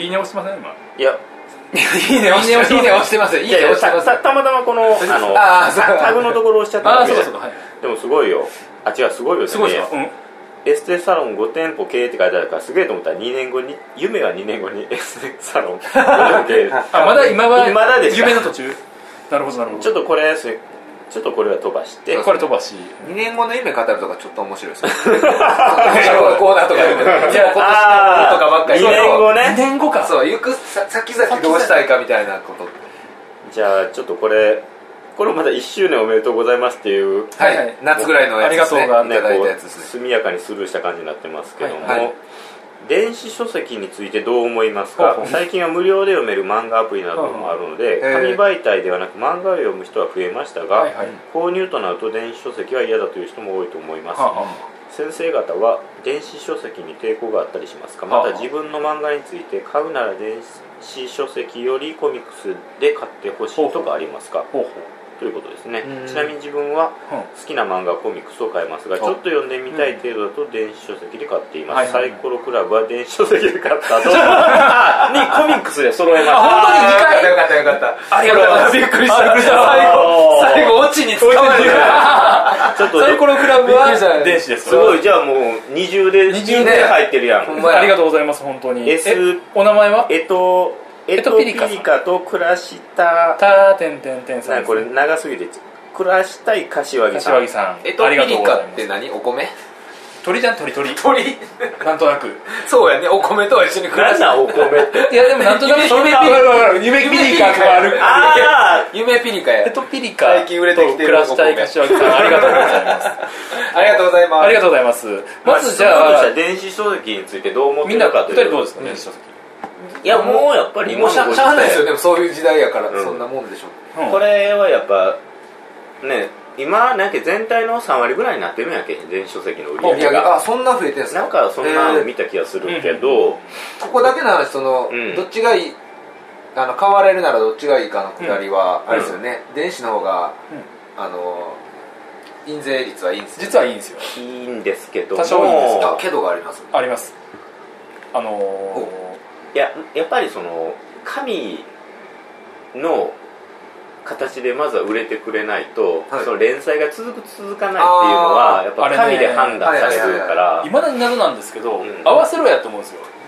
[SPEAKER 1] いいね押してません今
[SPEAKER 3] いや
[SPEAKER 2] いいね押していいね押してますよいいね押してます
[SPEAKER 3] たたまたまこのあのあタグのところを押しちゃっただけででもすごいよあ違うすごいよ
[SPEAKER 1] すごいですよ、うん、
[SPEAKER 3] エステサロンご店舗経営って書いてあるからすげえと思ったらにねんごに夢はにねんごにエステサロンご店舗経営
[SPEAKER 1] あまだ今は
[SPEAKER 3] まだです
[SPEAKER 1] 夢の途中なるほどなるほど
[SPEAKER 3] ちょっとこれちょっとこれは飛ばして
[SPEAKER 1] これ飛ばし
[SPEAKER 2] にねんごの夢語るとかちょっと面白いですねコーナーとかでもじゃあ今年のこととかばっかり
[SPEAKER 3] にねんごね
[SPEAKER 1] にねんごか
[SPEAKER 2] そう行く先々どうしたいかみたいなこと
[SPEAKER 3] じゃあちょっとこれこれまだいっしゅうねんおめでとうございますっていう
[SPEAKER 2] はい夏ぐらいのやつですね
[SPEAKER 1] ありがとうが
[SPEAKER 2] いただいたやつですね
[SPEAKER 3] 速やかにスルーした感じになってますけども、
[SPEAKER 2] はいはい
[SPEAKER 3] 電子書籍についてどう思いますか最近は無料で読める漫画アプリなどもあるので紙媒体ではなく漫画を読む人は増えましたが、はいはい、購入となると電子書籍は嫌だという人も多いと思います、はあ、先生方は電子書籍に抵抗があったりしますかまた自分の漫画について買うなら電子書籍よりコミックスで買ってほしいとかありますかほうほうということですねちなみに自分は好きな漫画コミックスを買いますがちょっと読んでみたい程度だと電子書籍で買っています、うん、サイコロクラブは電子書籍で買った後にコミックスで揃えました
[SPEAKER 2] 本当ににかいよかったよかったありがとうございますびっくりしたびっくりした最後最後オチに使われる
[SPEAKER 1] ちょっとサイコロクラブは電子です
[SPEAKER 3] すごいじゃあもう二重で二重で入ってるやん
[SPEAKER 1] ありがとうございます本当に
[SPEAKER 3] S
[SPEAKER 1] お名前は
[SPEAKER 3] えっとエトピリカと暮らした
[SPEAKER 1] たてんてんてんさん
[SPEAKER 3] これ長すぎて暮らしたい柏木さん
[SPEAKER 1] 柏木さん
[SPEAKER 2] エトピリカって何お米
[SPEAKER 1] 鳥じゃん鳥鳥
[SPEAKER 2] 鳥
[SPEAKER 1] なんとなく
[SPEAKER 2] そうやねお米とは一緒に暮らした
[SPEAKER 3] お米って
[SPEAKER 1] いやでもなんとなく夢ピリカとかある
[SPEAKER 2] ああ夢ピリカや
[SPEAKER 1] エトピリカ
[SPEAKER 2] 最近売れてきてる
[SPEAKER 1] 暮らしたい柏木さんありがとうございます
[SPEAKER 2] ありがとうございます
[SPEAKER 1] ありがとうございますまずじゃあ
[SPEAKER 3] 電子書籍についてどう思ってるかという
[SPEAKER 1] みんなふたりどうですか電子書籍
[SPEAKER 3] いやもうやっぱり
[SPEAKER 2] もうしゃあないですよでもそういう時代やからそんなもんでしょ
[SPEAKER 3] これはやっぱね今なんか全体のさんわりぐらいになってるんやっけ電子書籍の売り上げが
[SPEAKER 2] あそんな増えてるんですか
[SPEAKER 3] なんかそんなの見た気がするけど
[SPEAKER 2] ここだけの話そのどっちがいいあの買われるならどっちがいいかのくだりはあれですよね電子の方があの印税率はいいんです
[SPEAKER 1] 実はいいんですよ
[SPEAKER 3] いいんですけど
[SPEAKER 1] 多少いいんです
[SPEAKER 2] あけどがあります
[SPEAKER 1] ありますあの
[SPEAKER 3] いややっぱりその紙の形でまずは売れてくれないと、はい、その連載が続く続かないっていうのはやっぱ紙で判断されるから
[SPEAKER 1] いまだに謎なんですけど、うん、合わせろやと思うんですよ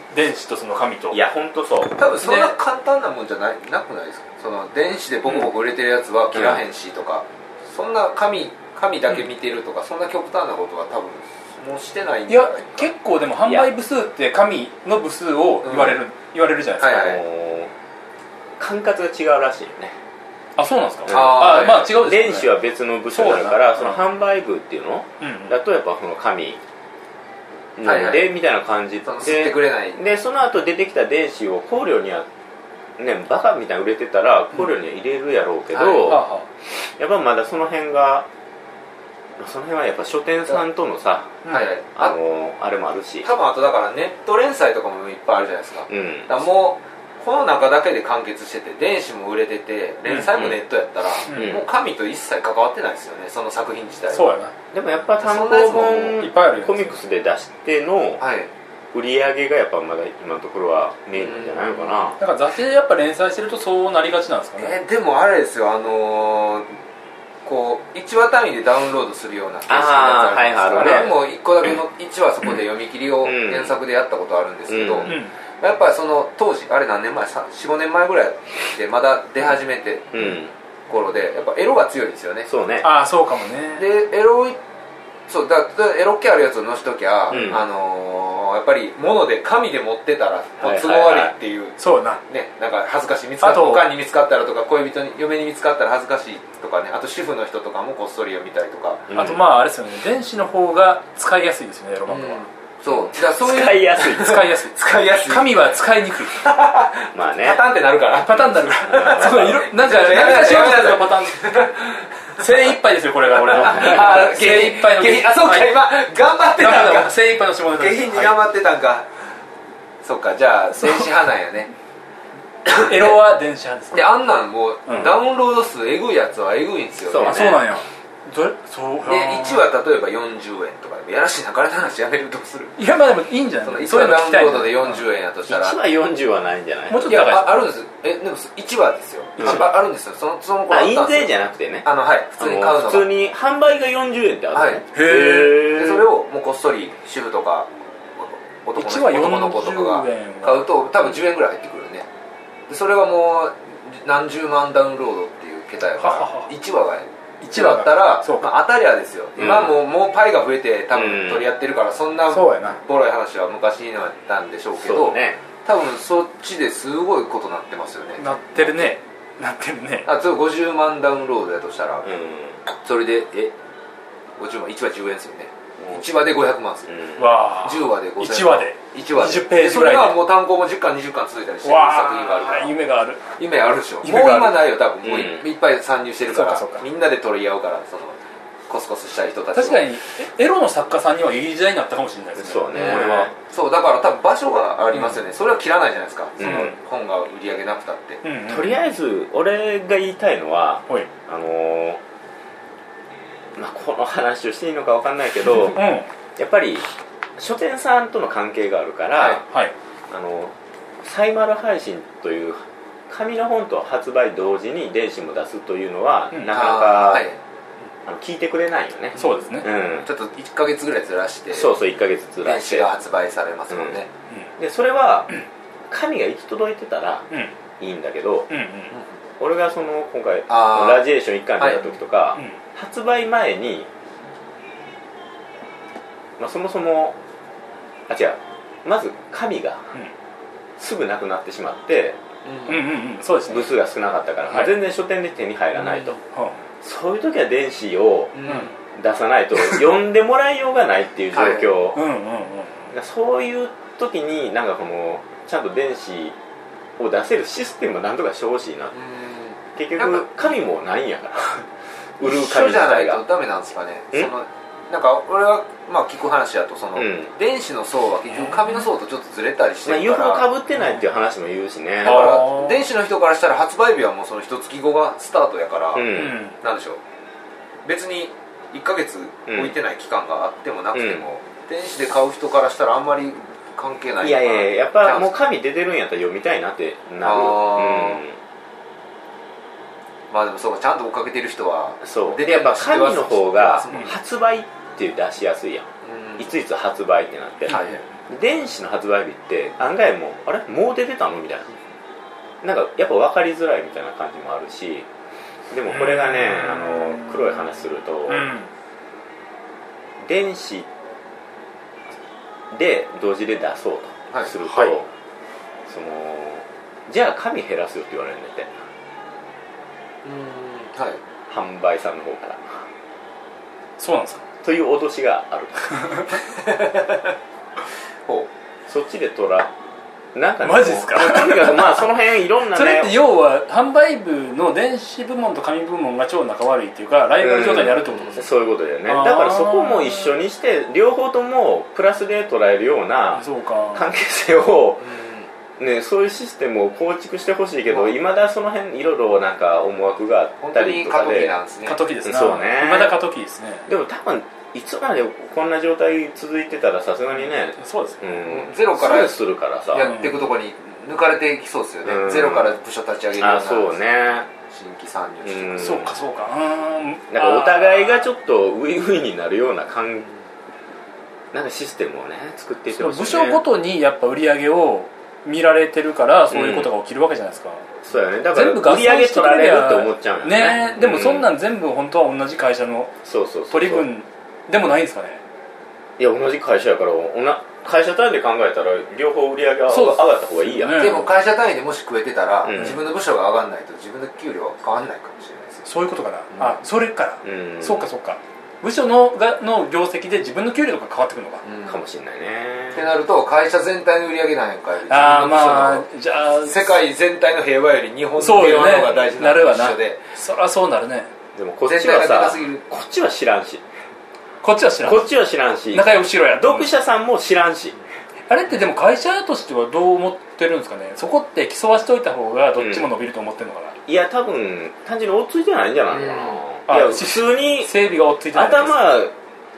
[SPEAKER 1] 電子とその紙と。
[SPEAKER 3] いや本当そう。
[SPEAKER 2] 多分そんな簡単なもんじゃないなくないですか。その電子でボコボコ売れてるやつは切らへんしとか、うん、そんな紙紙だけ見てるとか、うん、そんな極端なことは多分もうしてないんじゃないか。いや
[SPEAKER 1] 結構でも販売部数って紙の部数を言われる、うん、言われるじゃないですか、はいはい、
[SPEAKER 3] 管轄が違うらしいよね。
[SPEAKER 1] あ、そうなんですか。
[SPEAKER 3] うん、ああ、まあ違うですね。電子は別の部署だから、その販売部っていうの、うん、だとやっぱその紙なので、はいはい、みたいな感じで、
[SPEAKER 2] 吸ってくれない。
[SPEAKER 3] でその後出てきた電子を香料にはね、バカみたいに売れてたら香料には入れるやろうけど、うんはい、やっぱまだその辺がその辺はやっぱ書店さんとのさ、はいはい、あのあれもあるし、
[SPEAKER 2] 多分あとだからネット連載とかもいっぱいあるじゃないですか、うん、だからもうこの中だけで完結してて電子も売れてて連載もネットやったら、うんうん、もう紙と一切関わってないですよね、その作品自体は。
[SPEAKER 1] そうやな。
[SPEAKER 3] でもやっぱ単行本コミックスで出しての売り上げがやっぱまだ今のところはメインなんじゃないのかな。
[SPEAKER 1] だから雑誌でやっぱ連載してるとそうなりがちなんですかね。
[SPEAKER 2] えー、でもあれですよ、あのーこういちわ単位でダウンロードするような形式のやつあるんですけど、あれもいっこだけのいちわそこで読み切りを原作でやったことあるんですけど、うんうん、やっぱりその当時あれ何年前 よん,ご 年前ぐらいでまだ出始めて頃でやっぱエロが強いですよね。
[SPEAKER 3] そうね。
[SPEAKER 1] ああそうかもね。
[SPEAKER 2] でエロそうだエロっ気あるやつを載しときゃ、うん、あのー、やっぱり物で紙で持ってたらもう都合悪いっていう、はいはいはい、
[SPEAKER 1] そうな、
[SPEAKER 2] ね、なんか恥ずかしい見つかったおかんに見つかったらとか恋人に嫁に見つかったら恥ずかしいとかね、あと主婦の人とかもこっそり読みたりとか、
[SPEAKER 1] うん、あとまああれですよね、電子の方が使いやすいですよね、エロ漫画は、うん、
[SPEAKER 2] そうじゃあそういう
[SPEAKER 3] 使いやすい
[SPEAKER 1] 使いやすい
[SPEAKER 2] 使いやすい
[SPEAKER 1] 紙は使いにくい
[SPEAKER 3] まあね、
[SPEAKER 2] パターンってなるから
[SPEAKER 1] パターンになるからそういろなんかやめなさいパターン精一杯ですよこれが俺の精一杯の
[SPEAKER 2] あそうか今頑張ってたんか
[SPEAKER 1] 精一杯の下ネタ
[SPEAKER 2] 下品に頑張ってたんか、はい、そっかじゃあ電子派なんやね
[SPEAKER 1] エロは電子派です
[SPEAKER 2] であんなんもう、うん、ダウンロード数エグいやつはエグいんですよね。
[SPEAKER 1] そう、ね、そうなんやどれそう
[SPEAKER 2] でいちわ例えばよんじゅうえんとかでやらしいな金の話やめるどうする。
[SPEAKER 1] いやまあでもいいんじゃない
[SPEAKER 2] そのいちわダウンロードでよんじゅうえんやとしたら
[SPEAKER 3] いちわよんじゅうはないんじゃない。
[SPEAKER 1] もうちょっと高いです。
[SPEAKER 2] あ, あるんですえでもいちわですよ、うん、あ, あるんですよそのその頃
[SPEAKER 3] あ印税じゃなくてね
[SPEAKER 2] あのはい普通に買うのが
[SPEAKER 3] 普通に販売がよんじゅうえんってある、はい、へ
[SPEAKER 1] え
[SPEAKER 2] それをもうこっそり主婦とか男の子男の子とかが買うと多分じゅうえんぐらい入ってくるね。でそれがもう何十万ダウンロードっていう桁やからいちわがいちわだったら、まあ、当たりゃですよ、うん、今もうもうパイが増えて多分取り合ってるから、うん、そんなボロい話は昔になったんでしょうけど、ね、多分そっちですごいことなってますよね。
[SPEAKER 1] なってるねなってるね。
[SPEAKER 2] あごじゅうまんダウンロードやとしたら、うん、それでえごじゅうまんいちわじゅうえんですよね、うん、いちわでごひゃくまんですよ、うん、わじゅうわでごせんまんいちわでいちわでにじゅっページぐらいでそれがもう単行もじゅっかんにじゅっかん続いたりしてる作品があるから
[SPEAKER 1] 夢がある
[SPEAKER 2] 夢あるでしょ。もう今ないよ多分、うん、もういっぱい参入してるからみんなで取り合うからそのコスコスしたい人たち
[SPEAKER 1] 確かにエロの作家さんにはいい時代になったかもしれないですね。
[SPEAKER 3] そうね
[SPEAKER 1] 俺は
[SPEAKER 2] そうだから多分場所がありますよね、うん、それは切らないじゃないですか、うん、その本が売り上げなくたって、
[SPEAKER 3] うんうん、とりあえず俺が言いたいのは、うん、あのーまあ、この話をしていいのか分かんないけど、うん、やっぱり書店さんとの関係があるから、はいはい、あのサイマル配信という紙の本と発売同時に電子も出すというのは、うん、なかなか、はい、あの聞いてくれないよね。
[SPEAKER 1] そうですね、
[SPEAKER 2] うん、ちょっといっかげつぐらいずらして
[SPEAKER 3] そうそういっかげつずらして
[SPEAKER 2] 電子が発売されますもんね、
[SPEAKER 3] うん、でそれは紙が行き届いてたらいいんだけど、うんうんうん、俺がその今回ラジエーションいっかい出た時とか、はいうん、発売前に、まあ、そもそもあ違うまず紙がすぐなくなってしまって、うんうんうん、そうですね、部数が少なかったから、はいまあ、全然書店で手に入らないと、うん、そういう時は電子を出さないと読んでもらいようがないっていう状況、はいうんうんうん、そういう時になんかこのちゃんと電子を出せるシステムをなんとかしてほしいな。結局紙もないんやから売る紙自体が
[SPEAKER 2] 一緒じゃないとダメなんですかね。そのなんか俺はまあ聞く話だとその、うん、電子の層は結局紙の層とちょっとずれたりしてるから、
[SPEAKER 3] まあ、よくかぶってないっていう話も言うしね。
[SPEAKER 2] だから電子の人からしたら発売日はもうその一月後がスタートやから、うん、なんでしょう別にいっかげつ置いてない期間があってもなくても、うん、電子で買う人からしたらあんまり関係ない。
[SPEAKER 3] いやいややっぱもう紙出てるんやったら読みたいなってなる。
[SPEAKER 2] まあでもそうかちゃんと追っかけてる人は
[SPEAKER 3] そうでやっぱ紙の方が発売って出しやすいやん、うん、 いついつ発売ってなって、
[SPEAKER 2] はい、
[SPEAKER 3] 電子の発売日って案外もうあれもう出てたのみたいな、なんかやっぱ分かりづらいみたいな感じもあるし、でもこれがねあの黒い話すると、うん、電子で同時で出そうとすると、はいはい、そのじゃあ紙減らすよって言われるんだって、
[SPEAKER 2] うん、はい、
[SPEAKER 3] 販売さんの方から。
[SPEAKER 1] そうなんですか
[SPEAKER 3] という脅しがあるほう、そっちで取らなんか、ね、
[SPEAKER 1] マジっすか
[SPEAKER 3] とにかくまあその辺いろんなね、
[SPEAKER 1] それって要は販売部の電子部門と紙部門が超仲悪いっていうかライバル状態にあるってことですか、
[SPEAKER 3] うん、そういうことだよね。だからそこも一緒にして両方ともプラスで捉えるような関係性を、ね、そういうシステムを構築してほしいけど、いまだその辺いろいろなんか思惑があったりとかで、
[SPEAKER 2] 本当に過渡期なんですね。
[SPEAKER 1] 過渡期ですね。
[SPEAKER 3] そうね。
[SPEAKER 1] いまだ過渡期ですね。
[SPEAKER 3] でも多分いつまでこんな状態続いてたらさすがにね、
[SPEAKER 1] そうです、
[SPEAKER 2] うん、ゼロから
[SPEAKER 3] するからさ
[SPEAKER 2] やっていくとこに抜かれていきそうですよね、うん、ゼロから部署立ち上げるような、
[SPEAKER 3] あ、そうね、
[SPEAKER 2] 新規参入して、
[SPEAKER 1] うん、そうかそうか、うん、
[SPEAKER 3] なんかお互いがちょっとウィンウィンになるような感なんかシステムをね作っていってほしい、ね、
[SPEAKER 1] 部署ごとにやっぱ売り上げを見られてるからそういうことが起きるわけじゃないですか、
[SPEAKER 3] うん、そうやね、だから売り上げ取られるって思っちゃうよね。
[SPEAKER 1] ね、でもそんなん全部本当は同じ会社の取り分でもないんですかね。
[SPEAKER 3] いや同じ会社やから会社単位で考えたら両方売り上げが上がった方がいいやん、
[SPEAKER 2] ね、でも会社単位でもし食えてたら、うん、自分の部署が上がんないと自分の給料は変わんないかもしれないですよ。
[SPEAKER 1] そういうことかな、うん、あ、それから、うん、そうかそうか、部署のがの業績で自分の給料が変わってくるのか、
[SPEAKER 3] うん、かもしれないね。
[SPEAKER 2] ってなると会社全体の売り上げなんやんかより
[SPEAKER 1] あ、まあ、じゃあ
[SPEAKER 2] 世界全体の平和より日本の平和の方が大事な部署で、
[SPEAKER 1] そりゃそうなるね。
[SPEAKER 3] でもこっちはさ、こっちは知らんし
[SPEAKER 1] こっちは知らん
[SPEAKER 3] こっちは知らんし
[SPEAKER 1] 仲良くしろや
[SPEAKER 3] 読者さんも知らんし、
[SPEAKER 1] あれってでも会社としてはどう思ってるんですかね。そこって競わしといた方がどっちも伸びると思ってるのかな、うん、
[SPEAKER 3] いや多分単純に追っついてないんじゃないのかな、うん、いや普通に
[SPEAKER 1] 整備が追っついてない
[SPEAKER 3] 頭、うん、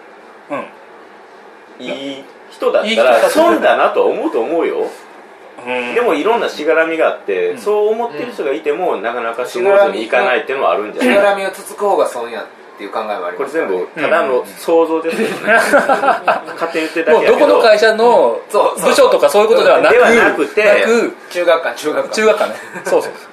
[SPEAKER 3] いい人だったら損だなと思うと思うよ、うん、でもいろんなしがらみがあって、うん、そう思ってる人がいても、うん、なかなかスムーズにいかないっていうのはあるんじゃない。
[SPEAKER 2] しがらみをつつく方が損やっていう考えもありますから、ね、
[SPEAKER 3] これ全部ただの想像ですよね、うん、勝手に言ってるだけやけど、もう
[SPEAKER 1] どこの会社の部署とかそういうことではなく、
[SPEAKER 3] ではなくて
[SPEAKER 2] なく中学館中学館
[SPEAKER 1] 中学館ねそうそう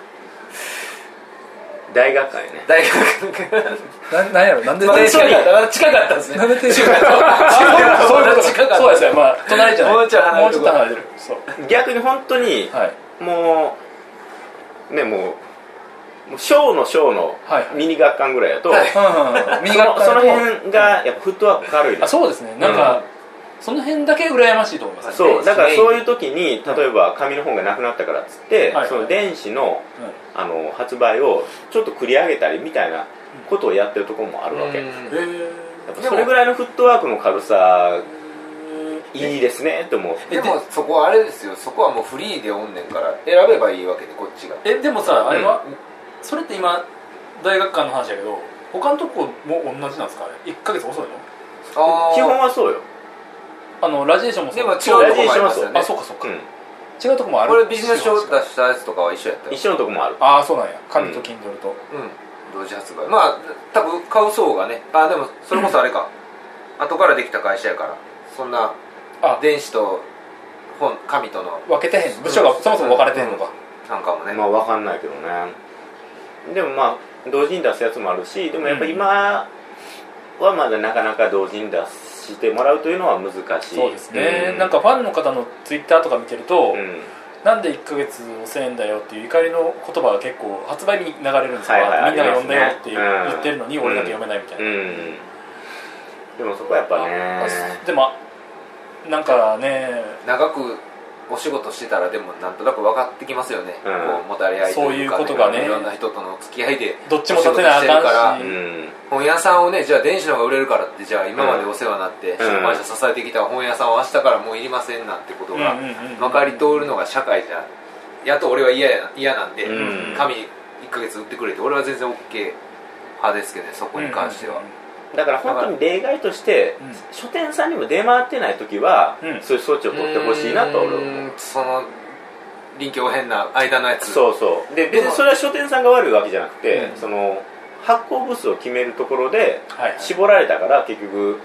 [SPEAKER 3] 大学館やね。
[SPEAKER 2] 大学
[SPEAKER 1] ななんやろ、なんで
[SPEAKER 2] 近かった近かったですね。
[SPEAKER 1] なんで近かったそういうこと近かった。そうですね、まあ隣じゃない、
[SPEAKER 2] もうちょっと離れてる、
[SPEAKER 1] もうちょっと離れてる。そう
[SPEAKER 3] 逆に本当に、はい、もうねもうもう小の小のミニ学館ぐらいだと、はいはい、そ, のその辺がやっぱフットワーク軽いです。
[SPEAKER 1] あ、そうですね、なんか、うん、その辺だけ羨ましいと思います。
[SPEAKER 3] そうだからそういう時に例えば紙の本がなくなったからっつって、はい、その電子の、はい、あの発売をちょっと繰り上げたりみたいなことをやってるところもあるわけ、うん、やっぱそれぐらいのフットワークの軽さいいですねって思う。
[SPEAKER 2] でもそこはあれですよ、そこはもうフリーでおんねんから選べばいいわけでこっちが。
[SPEAKER 1] えでもさ、あれは、うん、それって今大学間の話だけど他のとこも同じなんですか。いっかげつ遅いの？
[SPEAKER 3] あ基本はそうよ。
[SPEAKER 1] あのラジエーションもそう。
[SPEAKER 2] でも違うとこもありますよね。
[SPEAKER 1] あ、そうかそうか、うん、違うとこもある。
[SPEAKER 2] これビジネス書出したやつとかは一緒やったよ。
[SPEAKER 3] 一緒のとこもある。
[SPEAKER 1] ああ、そうなんや。紙と Kindle と、
[SPEAKER 2] うん、うん、同時発売。まあ多分買う層がね、あでもそれこそあれか、うん、後からできた会社やからそんな電子と本紙との
[SPEAKER 1] 分けてへん、部署がそもそも分かれてへんのか、
[SPEAKER 2] うん、なんかもね、
[SPEAKER 3] まあ分かんないけどね。でもまあ同時に出すやつもあるし、でもやっぱ今はまだなかなか同時に出してもらうというのは難しい。
[SPEAKER 1] そうですね、うん、なんかファンの方のツイッターとか見てると、うん、なんでいっかげつ遅いんだよっていう怒りの言葉が結構発売に流れるんですけど、はいはい、みんなが読んだよって言ってるのに、うん、俺だけ読めないみたいな、うんうん、
[SPEAKER 3] でもそこはやっぱね、
[SPEAKER 1] でもなんかね
[SPEAKER 2] 長くお仕事してたらでもなんとなく分かってきますよね、うん、こうもたれ合いというか、ね、
[SPEAKER 1] そういうことがね、
[SPEAKER 2] いろんな人との付き合いで
[SPEAKER 1] どっちも立てなあかんし、
[SPEAKER 2] うん、本屋さんをね、じゃあ電子の方が売れるからって、じゃあ今までお世話になって出版社支えてきた本屋さんを明日からもういりませんなんてことがまかり通るのが社会じゃやっと俺は嫌や嫌なんで、うん、紙いっかげつ売ってくれて俺は全然 OK 派ですけどね、そこに関しては、うんうんうん、
[SPEAKER 3] だから本当に例外として、うん、書店さんにも出回ってない時は、うん、そういう措置を取ってほしいなと俺は思う。
[SPEAKER 2] その臨機応変な間のやつ、
[SPEAKER 3] そうそうで別にそれは書店さんが悪いわけじゃなくて、うん、その発行部数を決めるところで絞られたから、はいはい、結局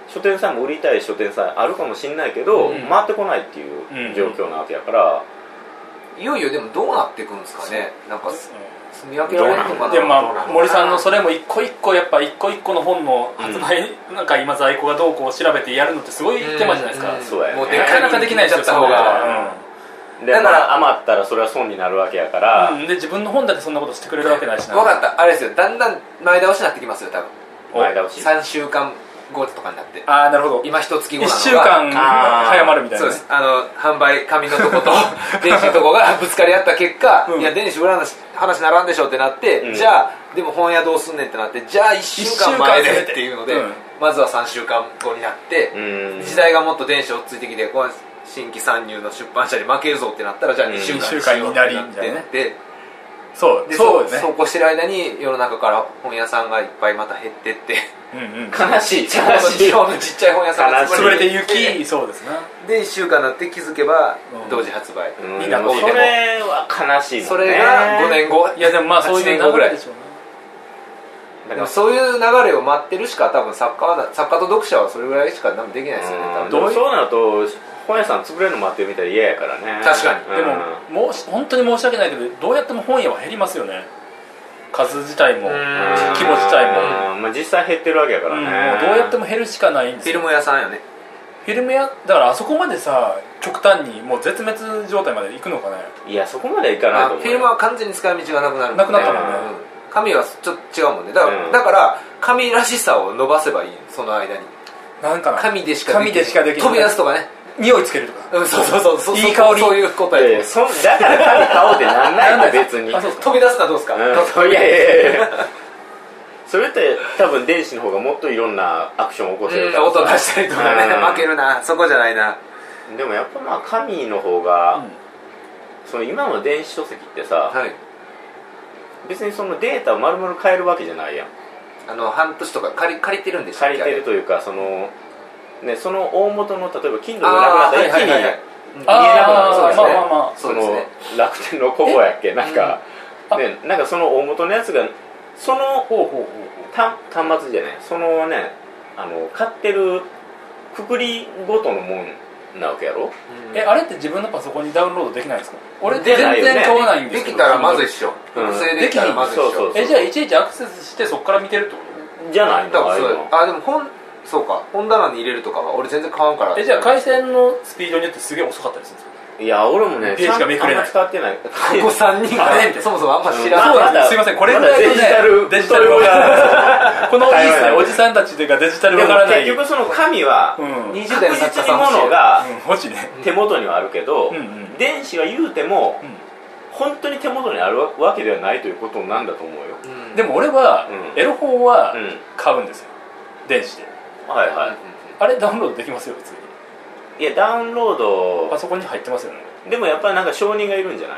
[SPEAKER 3] 書店さんも売りたい書店さんあるかもしれないけど、うん、回ってこないっていう状況なわけやから、
[SPEAKER 2] うん、いよいよでもどうなっていくんですかね。なんか住み分けられるのかな。
[SPEAKER 4] でもまあ森さんのそれも一個一個やっぱ一個一個の本の発売、うん、なんか今在庫がどうこう調べてやるのってすごい手間じゃないですか、
[SPEAKER 3] うん、そうやね、
[SPEAKER 4] もうなかなかできないですよ、そこが、
[SPEAKER 3] うん、でだから余ったらそれは損になるわけやから、
[SPEAKER 4] うん、で自分の本だけそんなことしてくれるわけないしな。
[SPEAKER 2] 分かった、あれですよ、だんだん前倒しになってきますよ、多分
[SPEAKER 3] 前倒し
[SPEAKER 2] さんしゅうかんごとかになって、
[SPEAKER 4] ああなるほど、
[SPEAKER 2] 今一月後なのがいっ
[SPEAKER 4] しゅうかん早まるみたいな、
[SPEAKER 2] そうです、あの販売紙のとこと電子のとこがぶつかり合った結果、うん、いや電子売らな話ならんでしょってなって、うん、じゃあでも本屋どうすんねんってなって、じゃあいっしゅうかんまえでっていうので、うん、まずはさんしゅうかんごになって、うん、時代がもっと電子追っついてきて、この新規参入の出版社に負けるぞってなったら、じゃあにしゅうかんにしようってなってって、
[SPEAKER 4] そう
[SPEAKER 2] で
[SPEAKER 4] そうですね、
[SPEAKER 2] そうこうしてる間に世の中から本屋さんがいっぱいまた減ってって、
[SPEAKER 4] うんうん、
[SPEAKER 2] 悲しい、悲しい、日本のちっちゃい本屋さんが
[SPEAKER 4] 潰れてゆき、そうですね。
[SPEAKER 2] でいっしゅうかんになって気づけば同時発売、
[SPEAKER 3] うん、みんなそれは悲しいもんね。
[SPEAKER 2] それがごねんご、
[SPEAKER 4] いやでもまあそういう流れでしょうね。
[SPEAKER 2] だからそういう流れを待ってるしか多分作家は作家と読者はそれぐらいしか多分できないですよね。多分
[SPEAKER 3] でもそうなると本屋さん潰れるの待ってるみたいで嫌やからね。
[SPEAKER 2] 確かに、
[SPEAKER 4] うん、でももう本当に申し訳ないけど、どうやっても本屋は減りますよね。数自体も規模自体も、
[SPEAKER 3] まあ、実際減ってるわけやからね、
[SPEAKER 4] うん、どうやっても減るしかないんですよ。
[SPEAKER 2] フィルム屋さんよね。
[SPEAKER 4] フィルム屋だから、あそこまでさ極端にもう絶滅状態まで行くのかね。
[SPEAKER 3] いやそこまではいかないと思う。
[SPEAKER 2] フィルムは完全に使い道がなくなるもんね。
[SPEAKER 4] なくなったもんね、
[SPEAKER 2] うん、紙はちょっと違うもんね。だから、うん、だから紙らしさを伸ばせばいい、その間に
[SPEAKER 4] なんかな
[SPEAKER 2] 紙でしか
[SPEAKER 4] 紙でしかできない、
[SPEAKER 2] 飛び出すとかね、
[SPEAKER 4] 匂いつけるとか、
[SPEAKER 2] うん、そうそうそうそう、
[SPEAKER 4] いい香り、
[SPEAKER 2] そういうことや、
[SPEAKER 3] えー、そだから紙買おうってなんないんだ別に。
[SPEAKER 2] 飛び出すのはどうですか、
[SPEAKER 3] うん、いやいやいやそれって多分電子の方がもっといろんなアクションを起こせるから、
[SPEAKER 2] うん、音出したりとかね、うん、負けるな、そこじゃないな。
[SPEAKER 3] でもやっぱまあ紙の方が、うん、その今の電子書籍ってさ、はい、別にそのデータを丸々変えるわけじゃないやん。
[SPEAKER 2] あの半年とか借り、借りてるんでしたっけ。
[SPEAKER 3] 借りてるというか、そのね、その大元の例えば Kindle がなくなったら一気に見えなくなる。
[SPEAKER 2] そうですね、まあまあまあ、
[SPEAKER 3] その楽天のココやっけ、なんか、ね、なんかその大元のやつがその端末じゃない、そのね、あの買ってるくくりごとのもんなわけやろ、
[SPEAKER 4] うん、えあれって自分のパソコンにダウンロードできないですか。俺全然買わないんですけど、
[SPEAKER 2] できたらまず一緒、複製できたらまず一緒。
[SPEAKER 4] えじゃあいちいちアクセスしてそこから見てるってこと
[SPEAKER 3] じゃないの。
[SPEAKER 2] 多分そう。あでも本そうか、本棚に入れるとかは俺全然買わんから。
[SPEAKER 4] えじゃあ回線のスピードによってすげえ遅かったりするんですか。
[SPEAKER 3] いや俺もね、
[SPEAKER 4] ページがめくれない、
[SPEAKER 3] 使ってない。
[SPEAKER 2] ここさんにんがね、そもそもあんま知ら
[SPEAKER 4] ない、うん、すいません、これぐらいのね、デジタルがこのいいですね、おじさんたちというかデジタルわからない。
[SPEAKER 3] 結局その紙は
[SPEAKER 2] にじゅう代の
[SPEAKER 3] 確実にものが手元にはあるけど、
[SPEAKER 4] うんうん、
[SPEAKER 3] 電子は言うても、うん、本当に手元にあるわけではないということなんだと思うよ、
[SPEAKER 4] うん、でも俺は、うん、エロ本は買うんですよ、電子で。
[SPEAKER 3] はいはい、
[SPEAKER 4] あれダウンロードできますよ普通に。
[SPEAKER 3] いやダウンロード
[SPEAKER 4] パソコンに入ってますよね。
[SPEAKER 3] でもやっぱりなんか承認がいるんじゃない。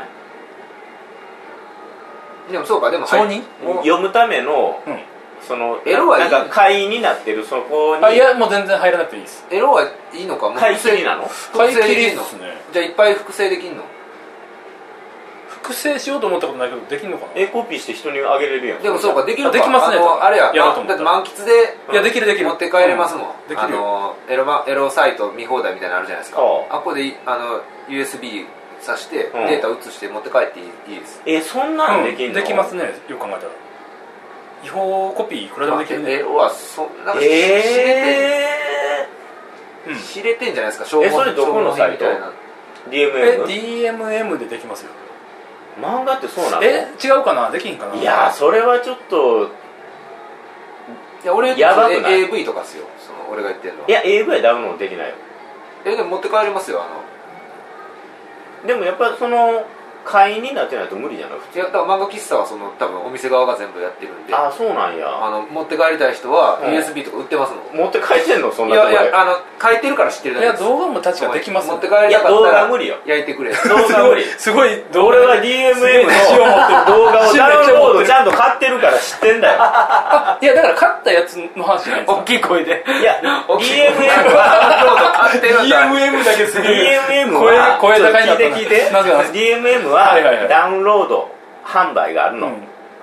[SPEAKER 2] でもそうか、でも
[SPEAKER 4] 承認
[SPEAKER 3] 読むための、うん、その
[SPEAKER 2] エロはいい、
[SPEAKER 3] なんか会員になってるそこに。
[SPEAKER 4] あいやもう全然入らなくていいです。
[SPEAKER 2] エロはいいのか。
[SPEAKER 3] 買い切りなの。
[SPEAKER 4] 買い切りですね。
[SPEAKER 2] じゃあいっぱい複製できんの。
[SPEAKER 4] 複製しようと思ったことないけどできんのかな。
[SPEAKER 3] えコピーして人にあげれるやん。
[SPEAKER 2] でもそうか、できるか。
[SPEAKER 4] できますね。
[SPEAKER 2] あのあれや、
[SPEAKER 4] やろうと思
[SPEAKER 2] だって満喫で、
[SPEAKER 4] いやできるできる
[SPEAKER 2] 持って帰れますもん、
[SPEAKER 4] うん、できるよ。
[SPEAKER 2] あのエロマエロサイト見放題みたいなのあるじゃないですか。あっこであの ユーエスビー 挿して、うん、データ移して持って帰っていい、いいです。
[SPEAKER 3] えそんなんできんの、
[SPEAKER 4] うん、できますね。よく考えたら違法コピーいくらでもできるね。
[SPEAKER 2] エロはそなんか
[SPEAKER 3] え
[SPEAKER 2] ー、知れてんじゃないですか。
[SPEAKER 3] えそれどこのサイト。 ディーエムエム？
[SPEAKER 4] え ディーエムエム でできますよ。
[SPEAKER 3] 漫画ってそうなの。
[SPEAKER 4] え違うかな、できんかな。
[SPEAKER 3] いやそれはちょっと、
[SPEAKER 2] いや俺
[SPEAKER 3] やばくない。
[SPEAKER 2] エーブイ とかっすよ、その俺が言ってるのは。
[SPEAKER 3] いや エーブイ はダウンロードできないよ。
[SPEAKER 2] えでも持って帰れますよ。あの
[SPEAKER 3] でもやっぱその会員になってないと無理じゃなくて。
[SPEAKER 2] いやだから漫画喫茶はその多分お店側が全部やってるんで。
[SPEAKER 3] ああそうなんや。
[SPEAKER 2] あの持って帰りたい人は ユーエスビー とか売ってますもん。
[SPEAKER 3] 持って帰ってんのそんなとこで。
[SPEAKER 2] いやいやあの書いてるから知ってるだけです。
[SPEAKER 4] いや動画も確かできます。
[SPEAKER 2] 持って帰りたかったら
[SPEAKER 3] 動画無理よ。
[SPEAKER 2] 焼いてくれ。
[SPEAKER 3] 動画無理。
[SPEAKER 4] すごい。
[SPEAKER 3] 俺は ディーエムエム の動画をダウンロードちゃんと買ってるから知ってんだよ。
[SPEAKER 4] いやだから買ったやつの話じゃないですか。
[SPEAKER 2] 大きい声で。
[SPEAKER 3] いや ディーエムエム は
[SPEAKER 2] 買ってるんだ。
[SPEAKER 4] ディーエムエム だけする。
[SPEAKER 3] ディーエムエム は
[SPEAKER 4] 声高いな。
[SPEAKER 3] 聞いて聞いて。ディーエムエム はダウンロード販売があるの、
[SPEAKER 4] うん、
[SPEAKER 3] 普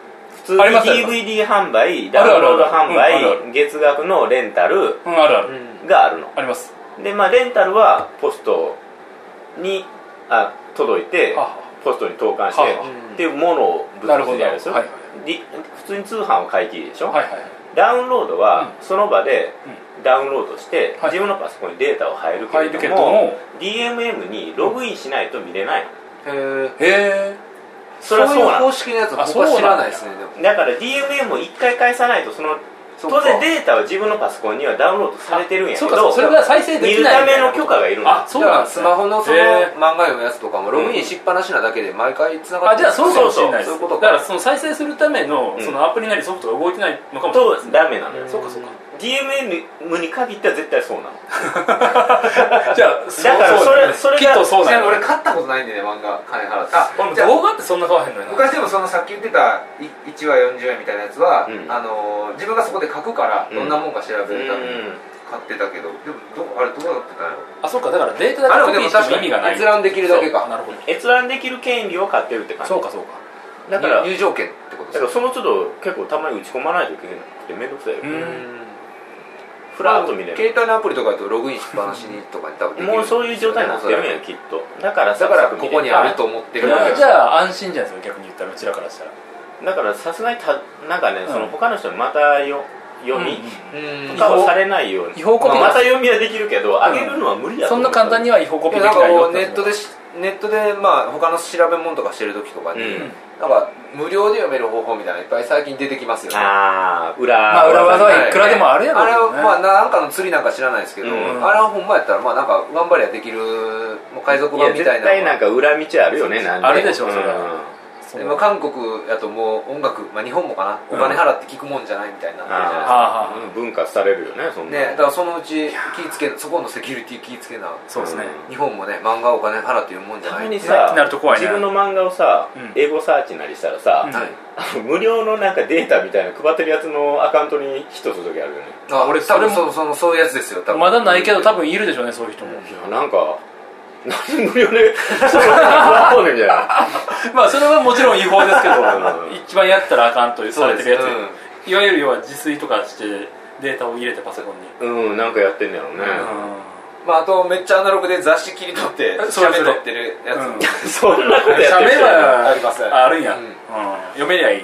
[SPEAKER 3] 通に ディーブイディー 販売、ダウンロード販売、月額のレンタルがあるの。
[SPEAKER 4] あります。
[SPEAKER 3] で、まあレンタルはポストにあ届いて、ポストに投函してっていうものを物理でやるんですよ。普通に通販は買い切りでしょ。ダウンロードはその場でダウンロードして自分のパソコンにデータを入るけれども ディーエムエム にログインしないと見れないの。
[SPEAKER 2] へ
[SPEAKER 4] え。
[SPEAKER 2] それはそうなの。そういう方式のやつは僕は知らないですね。
[SPEAKER 3] だから ディーエムエム をいっかい返さないとその当然データは自分のパソコンにはダウンロードされてるんやけど、
[SPEAKER 4] それが再生できない
[SPEAKER 3] 見るための許可がいるの。
[SPEAKER 2] あ、そうなんです。スマホのその漫画読むやつとかもログインしっぱなしなだけで毎回つながってる。
[SPEAKER 4] あ、じゃあそうかもしれないです。だからその再生するためのそのアプリなりソフトが動いてないのかもしれないです。
[SPEAKER 3] ダメなのよ。
[SPEAKER 4] そうかそうか。
[SPEAKER 3] ディーエムエム に限っては絶対そうなの。
[SPEAKER 4] じゃあ
[SPEAKER 3] だからそれそれが
[SPEAKER 2] そうなの。俺買ったことないんでね、漫画金払って。あ、
[SPEAKER 4] 動画ってそんな買わへんのよな。
[SPEAKER 2] 昔でもそのさっき言ってたいちわよんじゅうえんみたいなやつはあの自分がそこで書くからどんなもんか調べるために買ってたけど、でもあれどうなってたんやろ。
[SPEAKER 4] あ、そうか。だからデータだけコピーしても意味がない。
[SPEAKER 2] 閲覧できるだけか。
[SPEAKER 4] なるほど。
[SPEAKER 3] 閲覧できる権利を買ってるって感じ。
[SPEAKER 4] そうかそうか。
[SPEAKER 3] だから
[SPEAKER 2] 入場券ってこと
[SPEAKER 3] ですか。だからその都度結構たまに打ち込まないといけなくて面倒くさいよ。フラッと見れる。
[SPEAKER 2] 携帯のアプリとかだとログインしっぱなしにとかに多分できる。
[SPEAKER 3] もうそういう状態になってるんやきっと。だから
[SPEAKER 2] だからここにあると思ってる。
[SPEAKER 4] じゃあ安心じゃないですか、逆に言ったらうちらからしたら。
[SPEAKER 3] だからさすがにたなんかね、その他の人にまたよ読みとかはされないように。
[SPEAKER 4] 違法コピー
[SPEAKER 3] また読みはできるけど上げるのは無理だと思う。
[SPEAKER 4] そんな簡単には違法コピーできないよ。
[SPEAKER 2] ネットでネットでまあ他の調べ物とかしてる時とかになんか無料で読める方法みたいなのいっぱい最近出てきますよね。
[SPEAKER 3] ああ、裏
[SPEAKER 4] まあ裏技はいくらでもあるやろ。
[SPEAKER 2] あれはまあなんかの釣りなんか知らないですけど、あれはほんまやったらまあなんか頑張りはできるもう海賊版みたいな。
[SPEAKER 3] 絶対なんか裏道あるよね。
[SPEAKER 4] あれでしょそれは。
[SPEAKER 2] でも韓国やともう音楽、まあ、日本もかな、お金払って聴くもんじゃないみたいになってるじゃないですか。
[SPEAKER 3] 文化されるよね、そんな
[SPEAKER 2] ね。だからそのうち気ぃつけ、そこのセキュリティ気ぃつけな。
[SPEAKER 4] そうですね。
[SPEAKER 2] 日本もね、漫画お金払って読むもんじゃない。
[SPEAKER 3] たまにさ、自分の漫画をさ、英語サーチなりしたらさ、無料のなんかデータみたいな配ってるやつのアカウントにヒットする時あるよね。
[SPEAKER 2] あ、俺多分そのそういうやつですよ。多分
[SPEAKER 4] まだないけど多分いるでしょうね、そういう人も。い
[SPEAKER 3] やなんか。なんで無料でそれが配ってんねんみたいな。
[SPEAKER 4] まあそれはもちろん違法ですけど、一番やったらあかんとされてるやつ、いわゆる要は自炊とかしてデータを入れてパソコンに、
[SPEAKER 3] うん、なんかやってんねやろうね。
[SPEAKER 2] まああとめっちゃアナログで雑誌切り取って写メ撮ってるやつ、
[SPEAKER 3] そんなことやってる。
[SPEAKER 4] 写メはありますあるんや、読めりゃいいって。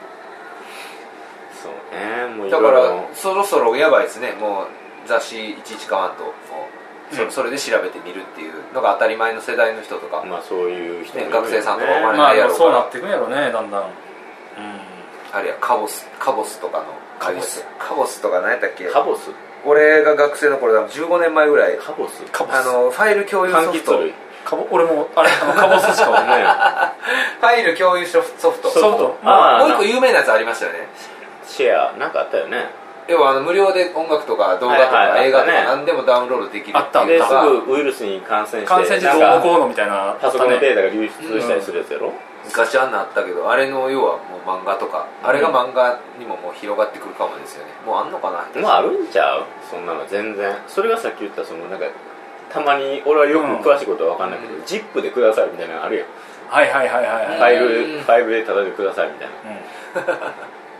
[SPEAKER 3] そうね、もう
[SPEAKER 2] だからそろそろやばいですね。もう雑誌いちいち買わんと。そ, それで調べてみるっていうのが当たり前の世代の人とか、
[SPEAKER 3] まあそういう人、
[SPEAKER 2] ね、学生さんとかお金ないやろうから、
[SPEAKER 4] まあ、そうなっていくんやろうね、だんだん、うん、
[SPEAKER 2] あるいはカボスカボスとかの
[SPEAKER 4] カボス
[SPEAKER 2] カボスとか何やったっけ。
[SPEAKER 3] カボス、
[SPEAKER 2] 俺が学生の頃だじゅうごねんまえぐらい。
[SPEAKER 3] カボス
[SPEAKER 2] あのファイル共有ソフト。
[SPEAKER 4] カボ俺もあれあのカボスしかわかんない
[SPEAKER 2] ファイル共有ソフト
[SPEAKER 4] ソフト、
[SPEAKER 2] まあ、もう一個有名なやつありましたよね。
[SPEAKER 3] シェアなんかあったよね。
[SPEAKER 2] 要はあの無料で音楽とか動画とか映画とか何でもダウンロードできるっていう
[SPEAKER 3] のが、すぐウイルスに感染して
[SPEAKER 4] 感染してどうのこうのみたいな
[SPEAKER 3] パソコンのデータが流出したりするやつやろ。
[SPEAKER 2] 昔あんなあったけど、あれの要はもう漫画とか、あれが漫画にももう広がってくるかもですよね。もうあんのかな。
[SPEAKER 3] もうあるんちゃう、そんなの全然。それがさっき言ったそのなんかたまに俺はよく詳しいことは分かんないけど、ジップでくださいみたいなのあるやん。
[SPEAKER 4] はいはいはいはい、
[SPEAKER 3] ファイルファイルでタダでくださいみたいな。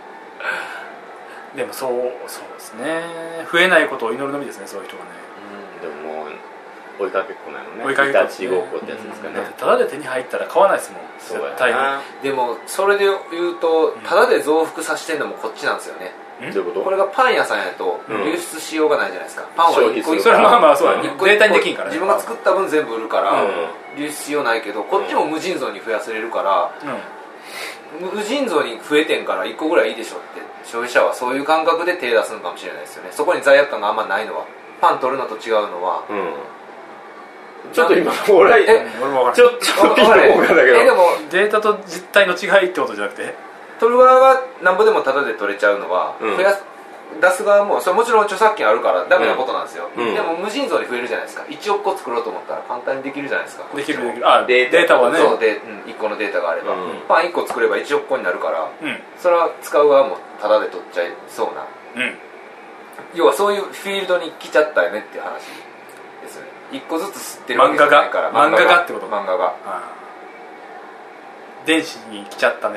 [SPEAKER 4] でもそうそうですね、増えないことを祈るのみですね、そういう人がね。
[SPEAKER 3] でももう追いかけっこなのね。
[SPEAKER 4] 追いかけっこ
[SPEAKER 3] イタチごっこってやつですかね。
[SPEAKER 4] ただで手に入ったら買わないですもん。
[SPEAKER 3] そうやな。
[SPEAKER 2] でもそれで言うとただで増幅させてんのもこっちなんですよね。
[SPEAKER 3] どういうこと？
[SPEAKER 2] これがパン屋さんやと流出しようがないじゃないですか。パンは一個一個、
[SPEAKER 4] それはまあまあそうだね。データにできんからね。
[SPEAKER 2] 自分が作った分全部売るから流出しようないけど、こっちも無尽蔵に増やせれるから、無尽蔵に増えてんからいっこぐらいいいでしょって消費者はそういう感覚で手出すのかもしれないですよね。そこに罪悪感があんまないのは、パン取るのと違うのは、
[SPEAKER 3] うん、ちょっと今俺え俺も分かる。ちょっとピンとこなかったけど、
[SPEAKER 4] えでもデータと実態の違いってことじゃなくて、
[SPEAKER 2] 取る側がなんぼでもタダで取れちゃうのは、うん、増やす出す側もそれもちろん著作権あるからダメなことなんですよ、うん、でも無尽蔵に増えるじゃないですか。いちおくこ作ろうと思ったら簡単にできるじゃないですか。
[SPEAKER 4] できるできる。あデータはね、
[SPEAKER 2] そうで、うん、いっこのデータがあれば、うん、パンいっこ作ればいちおくこになるから、うん、それは使う側もタダで取っちゃいそうな、うん、要はそういうフィールドに来ちゃったよねっていう話ですよね。いっこずつ吸ってるわけじゃないから。
[SPEAKER 4] 漫画がってこと。
[SPEAKER 2] 漫画が
[SPEAKER 4] 電子に来ちゃったねってこと。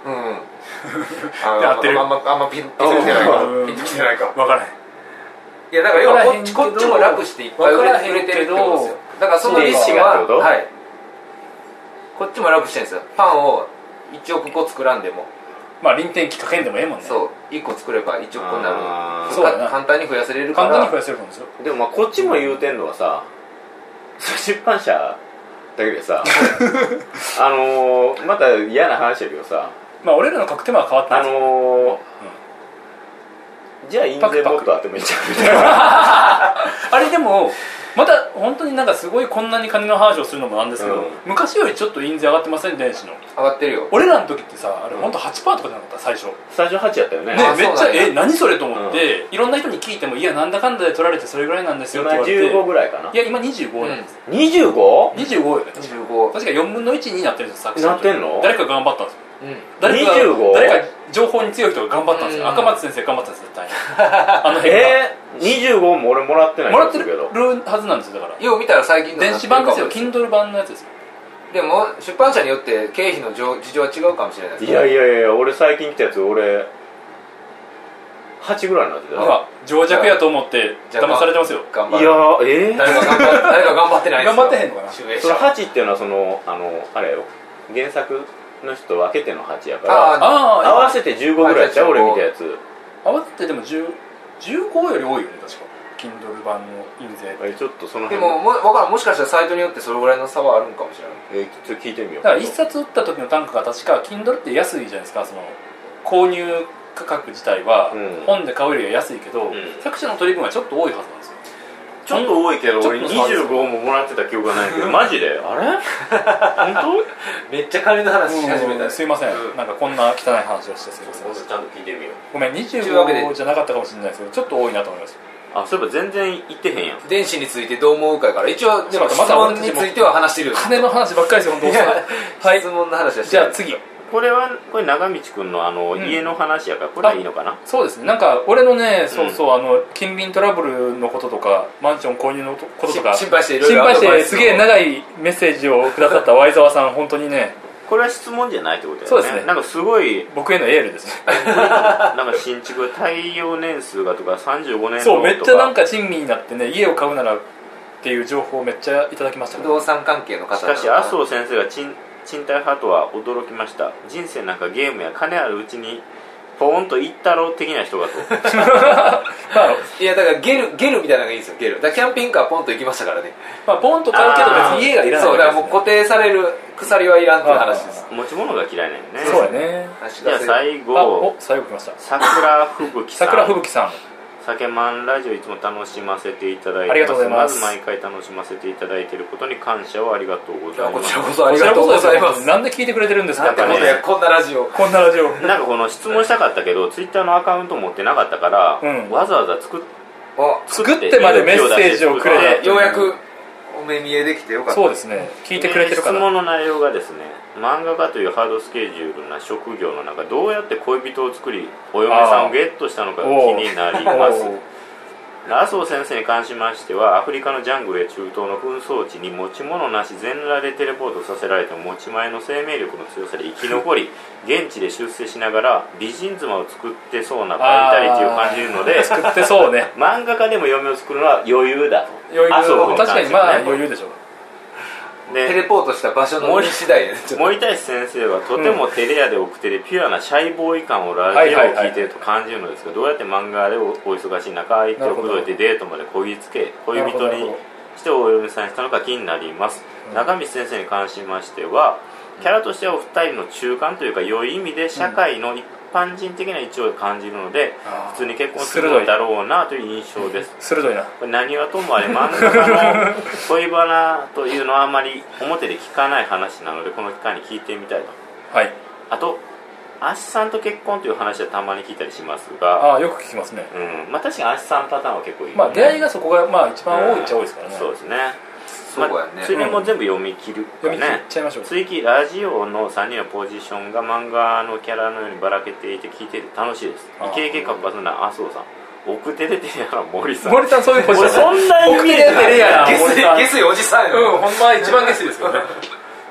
[SPEAKER 2] うんあんまあんまあんまピンときてないかピンときてないか
[SPEAKER 4] 分からへん。
[SPEAKER 2] いやだから要はこっちこっちも楽していっぱい売れてるってことですよ。だからその意思ははいこっちも楽してるんですよ。パンをいちおくこ作らんでも
[SPEAKER 4] まあ臨転機かけんでもええもんね。
[SPEAKER 2] そういっこ作ればいちおくこになる。
[SPEAKER 4] そうだな、
[SPEAKER 2] 簡単に増やせれるから
[SPEAKER 4] 簡単に増やせるんですよ。
[SPEAKER 3] でもまあこっちも言うてんのはさ、出版社だけでさあのー、また嫌な話やけどさ、
[SPEAKER 4] まあ俺らの書く手間は変わってない
[SPEAKER 3] あ
[SPEAKER 4] ですよ、
[SPEAKER 3] のーうん、じゃあ印税もっとあってもいいんちゃうみたいな
[SPEAKER 4] あれでもまた本当になんかすごいこんなに金の話をするのもなんですけど、うん、昔よりちょっと印税上がってません電子の。
[SPEAKER 2] 上がってるよ。
[SPEAKER 4] 俺らの時ってさあれ本当 はちパーセント とかじゃなかった最初。
[SPEAKER 3] 最初はちやったよね。
[SPEAKER 4] ねめっちゃえ何それと思って、うん、いろんな人に聞いてもいやなんだかんだで取られてそれぐらいなんですよって言われて。
[SPEAKER 3] 今じゅうごぐらいかな。
[SPEAKER 4] いや今にじゅうごなんです、
[SPEAKER 3] うん、にじゅうご?
[SPEAKER 4] にじゅうごよね
[SPEAKER 2] にじゅうご。
[SPEAKER 4] 確かよんぶんのいちになってるんですよ作者。
[SPEAKER 3] なってんの？
[SPEAKER 4] 誰か頑張ったんですよ。うん、誰か
[SPEAKER 3] にじゅうご?
[SPEAKER 4] 誰か情報に強い人が頑張ったんですよ。赤松先生頑張ったんです絶対にあの辺が
[SPEAKER 3] えー、にじゅうごも俺もらってない
[SPEAKER 4] もらってるはずなんですよ。だから
[SPEAKER 2] よう見たら最近の
[SPEAKER 4] 電子版ですよ。 Kindle 版のやつですよ。
[SPEAKER 2] でも出版社によって経費の事情は違うかもしれないです。
[SPEAKER 3] いやいやいや俺最近来たやつ俺はちぐらいになってたよ。
[SPEAKER 4] 情弱やと思って騙されてますよ。
[SPEAKER 2] 頑張
[SPEAKER 3] いやえー、
[SPEAKER 2] 誰が頑張誰が頑張ってないんですよ。
[SPEAKER 4] 頑張ってへんのかな。
[SPEAKER 3] そのはちっていうのはそのあのあれよ原作の人と分けてのはちやからああ合わせてじゅうごぐらいやったよ俺見たやつ。
[SPEAKER 4] 合わせてでもじゅう、じゅうごより多いよね確か Kindle 版の印税。
[SPEAKER 3] ちょっとその
[SPEAKER 2] でもも分からんもしかしたらサイトによってそれぐらいの差はあるんかもしれない。
[SPEAKER 3] えー、ちょっと聞いてみよう。
[SPEAKER 4] だからいっさつ売った時の単価が確か Kindle って安いじゃないですか。その購入価格自体は本で買うよりは安いけど、うん、作者の取り分はちょっと多いはずなんですよ。
[SPEAKER 3] ちょっと多いけど俺にじゅうごももらってた記憶がないけどマジであれ本当
[SPEAKER 2] めっちゃ金の話し始めた、うん、
[SPEAKER 4] すいません、うん、なんかこんな汚い話をしてすいません。
[SPEAKER 3] ちゃんと聞いてみよう。
[SPEAKER 4] ごめんにじゅうごじゃなかったかもしれないですけどちょっと多いなと思います。
[SPEAKER 3] あそういえば全然言ってへんやん。
[SPEAKER 2] 電子についてどう思うかから一応でも質問については話してるよ。
[SPEAKER 4] 金の話ばっかりですよ本当。はい、
[SPEAKER 2] 質問の話はして
[SPEAKER 4] じゃあ次
[SPEAKER 3] これはこれ長道くんのあの、うん、家の話やからこれはいいのかな。
[SPEAKER 4] そうですね。なんか俺のね、うん、そうそうあの近隣トラブルのこととかマンション購入のこととか
[SPEAKER 2] 心配していろ
[SPEAKER 4] いろ心配してすげえ長いメッセージをくださったワイザワさん本当にね
[SPEAKER 3] これは質問じゃないってことだよね。
[SPEAKER 4] そうですね。
[SPEAKER 3] なんかすごい
[SPEAKER 4] 僕へのエールですね
[SPEAKER 3] なんか新築耐用年数がとかさんじゅうごねん
[SPEAKER 4] そうめっちゃなんか親身になってね家を買うならっていう情報をめっちゃいただきましたね。
[SPEAKER 2] 不動産関係の方。
[SPEAKER 3] しかし麻生先生が賃賃貸派とは驚きました。人生なんかゲームや金あるうちにポーンといったろ的な人がと
[SPEAKER 2] いやだからゲルゲルみたいなのがいいんですよ。ゲルだからキャンピングカーポンと行きましたからね。
[SPEAKER 4] まあポンと買うけど別に家がいらない、
[SPEAKER 2] そうだからもう固定される鎖はいらんっていう話です。
[SPEAKER 3] 持ち物が嫌いなんよね。
[SPEAKER 4] そうやね。
[SPEAKER 3] じゃあ最後
[SPEAKER 4] お最後来ました
[SPEAKER 3] 桜吹雪さん。
[SPEAKER 4] 桜吹雪さん
[SPEAKER 3] 酒マンラジオいつも楽しませていただいてます。
[SPEAKER 4] ありがとうございます。
[SPEAKER 3] まず毎回楽しませていただいていることに感謝をありがとうございます。
[SPEAKER 2] こちらこそありがとうございます。
[SPEAKER 4] なんで聞いてくれてるんですか。
[SPEAKER 2] なんかねこんなラジオ
[SPEAKER 4] こんなラジオ
[SPEAKER 3] なんかこの質問したかったけどツイッターのアカウント持ってなかったから、うん、わざわざ作っ
[SPEAKER 4] 作ってまでメッセージをくれて
[SPEAKER 2] ようやくお目見えできてよかった。
[SPEAKER 4] そうですね。聞いてくれてるかな。
[SPEAKER 3] 質問の内容がですね漫画家というハードスケジュールな職業の中どうやって恋人を作りお嫁さんをゲットしたのか気になります麻生先生に関しましてはアフリカのジャングルや中東の紛争地に持ち物なし全裸でテレポートさせられても持ち前の生命力の強さで生き残り現地で出世しながら美人妻を作ってそうなバイタリティを感じるので
[SPEAKER 4] 作ってそうね
[SPEAKER 3] 漫画家でも嫁を作るのは余裕だと。
[SPEAKER 4] 余裕、確かにまあ余裕でしょう。
[SPEAKER 2] テレポートした場所の森次第で、ね、
[SPEAKER 3] 森田先生はとても照れ屋で奥手でピュアなシャイボーイ感をラジオを聞いていると感じるのですが、どうやって漫画で お, お忙しい中相手を口説いてデートまでこぎつけ恋人にしてお嫁さんにしたのか気になります。中道先生に関しましてはキャラとしてはお二人の中間というか良い意味で社会の一般人的な位置を感じるので、うん、普通に結婚するのだろうなという印象です。
[SPEAKER 4] 鋭いな。
[SPEAKER 3] これ何はともあれ漫画家の恋バナというのはあまり表で聞かない話なのでこの機会に聞いてみたいと。
[SPEAKER 4] はい。
[SPEAKER 3] あとアシさんと結婚という話はたまに聞いたりしますが、
[SPEAKER 4] ああよく聞きますね。
[SPEAKER 3] うん、まあ確かにアシさんパターンは結構いい、ね。
[SPEAKER 4] まあ出会いがそこがまあ一番多いっちゃ多いですからね。
[SPEAKER 3] うん、そうですね。
[SPEAKER 2] そうやね。
[SPEAKER 3] まあ、それも全部読み切るかね。
[SPEAKER 4] 読み切っちゃいましょう。
[SPEAKER 3] 追記ラジオのさんにんのポジションが漫画のキャラのようにばらけていて聞いていて楽しいです。イケイケ活発な麻生さん、奥手でてれやら森さん。
[SPEAKER 4] 森さんそういうポジション。
[SPEAKER 3] そんなに
[SPEAKER 4] 奥手でてれやら
[SPEAKER 2] 森さん。ゲスいおじさん。
[SPEAKER 4] うん、ほんま一番ゲスいですよね。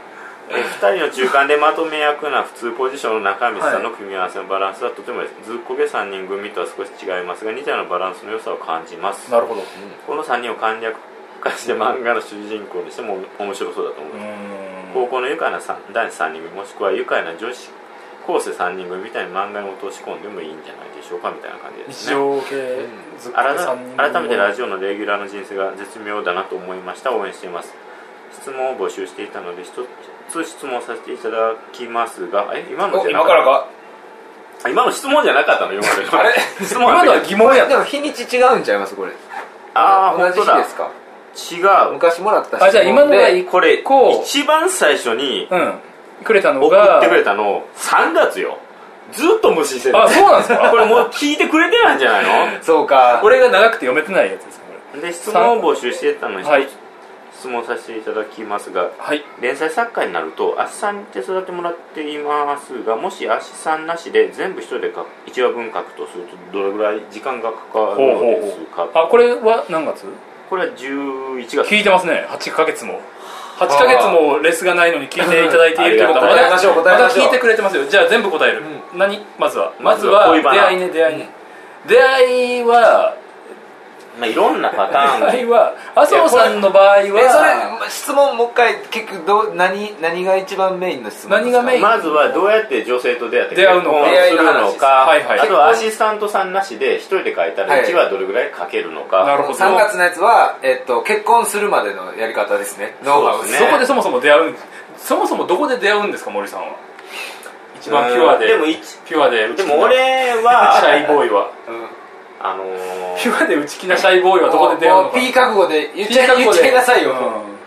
[SPEAKER 3] ふたりの中間でまとめ役な普通ポジションの中道さんの組み合わせのバランスはとてもずっこけさんにん組とは少し違いますが似たようなバランスの良さを感じます。
[SPEAKER 4] なるほど、うん、
[SPEAKER 3] このさんにんを簡略化して漫画の主人公にしても面白そうだと思います。高校の愉快な男子さんにん組もしくは愉快な女子高生さんにん組みたいに漫画に落とし込んでもいいんじゃないでしょうかみたいな感じですね。
[SPEAKER 4] 日常系ずっこけさんにん組
[SPEAKER 3] 改めてラジオのレギュラーの人生が絶妙だなと思いました。応援しています。質問を募集していたので一つ質問させていただきますが、え今のじゃなかった
[SPEAKER 2] 今からか
[SPEAKER 3] 今の質問じゃなかったの今まで
[SPEAKER 2] あれ
[SPEAKER 3] 質問
[SPEAKER 4] 今のは疑問やった。
[SPEAKER 2] でも日にち違うんちゃいますこれ。
[SPEAKER 3] ああ
[SPEAKER 2] 同じ日ですか。
[SPEAKER 3] 違う。
[SPEAKER 2] 昔もらった質問で。
[SPEAKER 4] あじゃあ今のが
[SPEAKER 3] これ
[SPEAKER 4] こう
[SPEAKER 3] 一番最初に
[SPEAKER 4] うんくれたの
[SPEAKER 3] 送
[SPEAKER 4] が
[SPEAKER 3] ってくれたのさんがつよ。ずっと無視してる。
[SPEAKER 4] あそうなんですか
[SPEAKER 3] これもう聞いてくれてないんじゃないの
[SPEAKER 2] そうか。
[SPEAKER 4] 俺が長くて読めてないやつですかこれ
[SPEAKER 3] で質問を募集してたのに、
[SPEAKER 4] はい、
[SPEAKER 3] 質問させていただきますが、
[SPEAKER 4] はい、
[SPEAKER 3] 連載作家になるとアシさんに手伝ってもらっていますが、もしアシさんなしで全部一人で書くいちわぶん書くとするとどれぐらい時間がかかるのですか。
[SPEAKER 4] ほうほうほう。あこれは何月。
[SPEAKER 3] これはじゅういちがつ。
[SPEAKER 4] 聞いてますね。はちかげつもはちかげつもレスがないのに聞いていただいているということはまだ
[SPEAKER 2] 答えましょう答えましょう。
[SPEAKER 4] まだ聞いてくれてますよ。じゃあ全部答える、うん、何まずはまずは出
[SPEAKER 3] まずは恋バナ
[SPEAKER 4] 会いね出会いね、うん、出会いは
[SPEAKER 3] まあいろんなパターンが
[SPEAKER 4] 出会いは麻生さんの場合は
[SPEAKER 2] えそれ質問もう一回結局どう 何, 何が一番メインの質問ですか。
[SPEAKER 4] 何がメイン。
[SPEAKER 3] まずはどうやって女性と出会って
[SPEAKER 4] 出会うのか
[SPEAKER 3] 結婚するのか、
[SPEAKER 4] はいはい、
[SPEAKER 3] あとはアシスタントさんなしで一人で書いたらいちわどれぐらい書けるのか、はい、
[SPEAKER 4] なるほど。
[SPEAKER 2] さんがつのやつは、えっと、結婚するまでのやり方ですね。ノウハウですね。
[SPEAKER 4] そこでそもそも出会うそもそもどこで出会うんですか森さんは。一番ピュアで
[SPEAKER 3] でも
[SPEAKER 4] ピュアで
[SPEAKER 3] でも俺は
[SPEAKER 4] シャイボーイは、
[SPEAKER 3] うんあのー、
[SPEAKER 4] ピュアで内気なシャイボーイはどこで出会うのか。
[SPEAKER 2] P 覚悟で言っちゃい言っちゃいなさいよ、うん、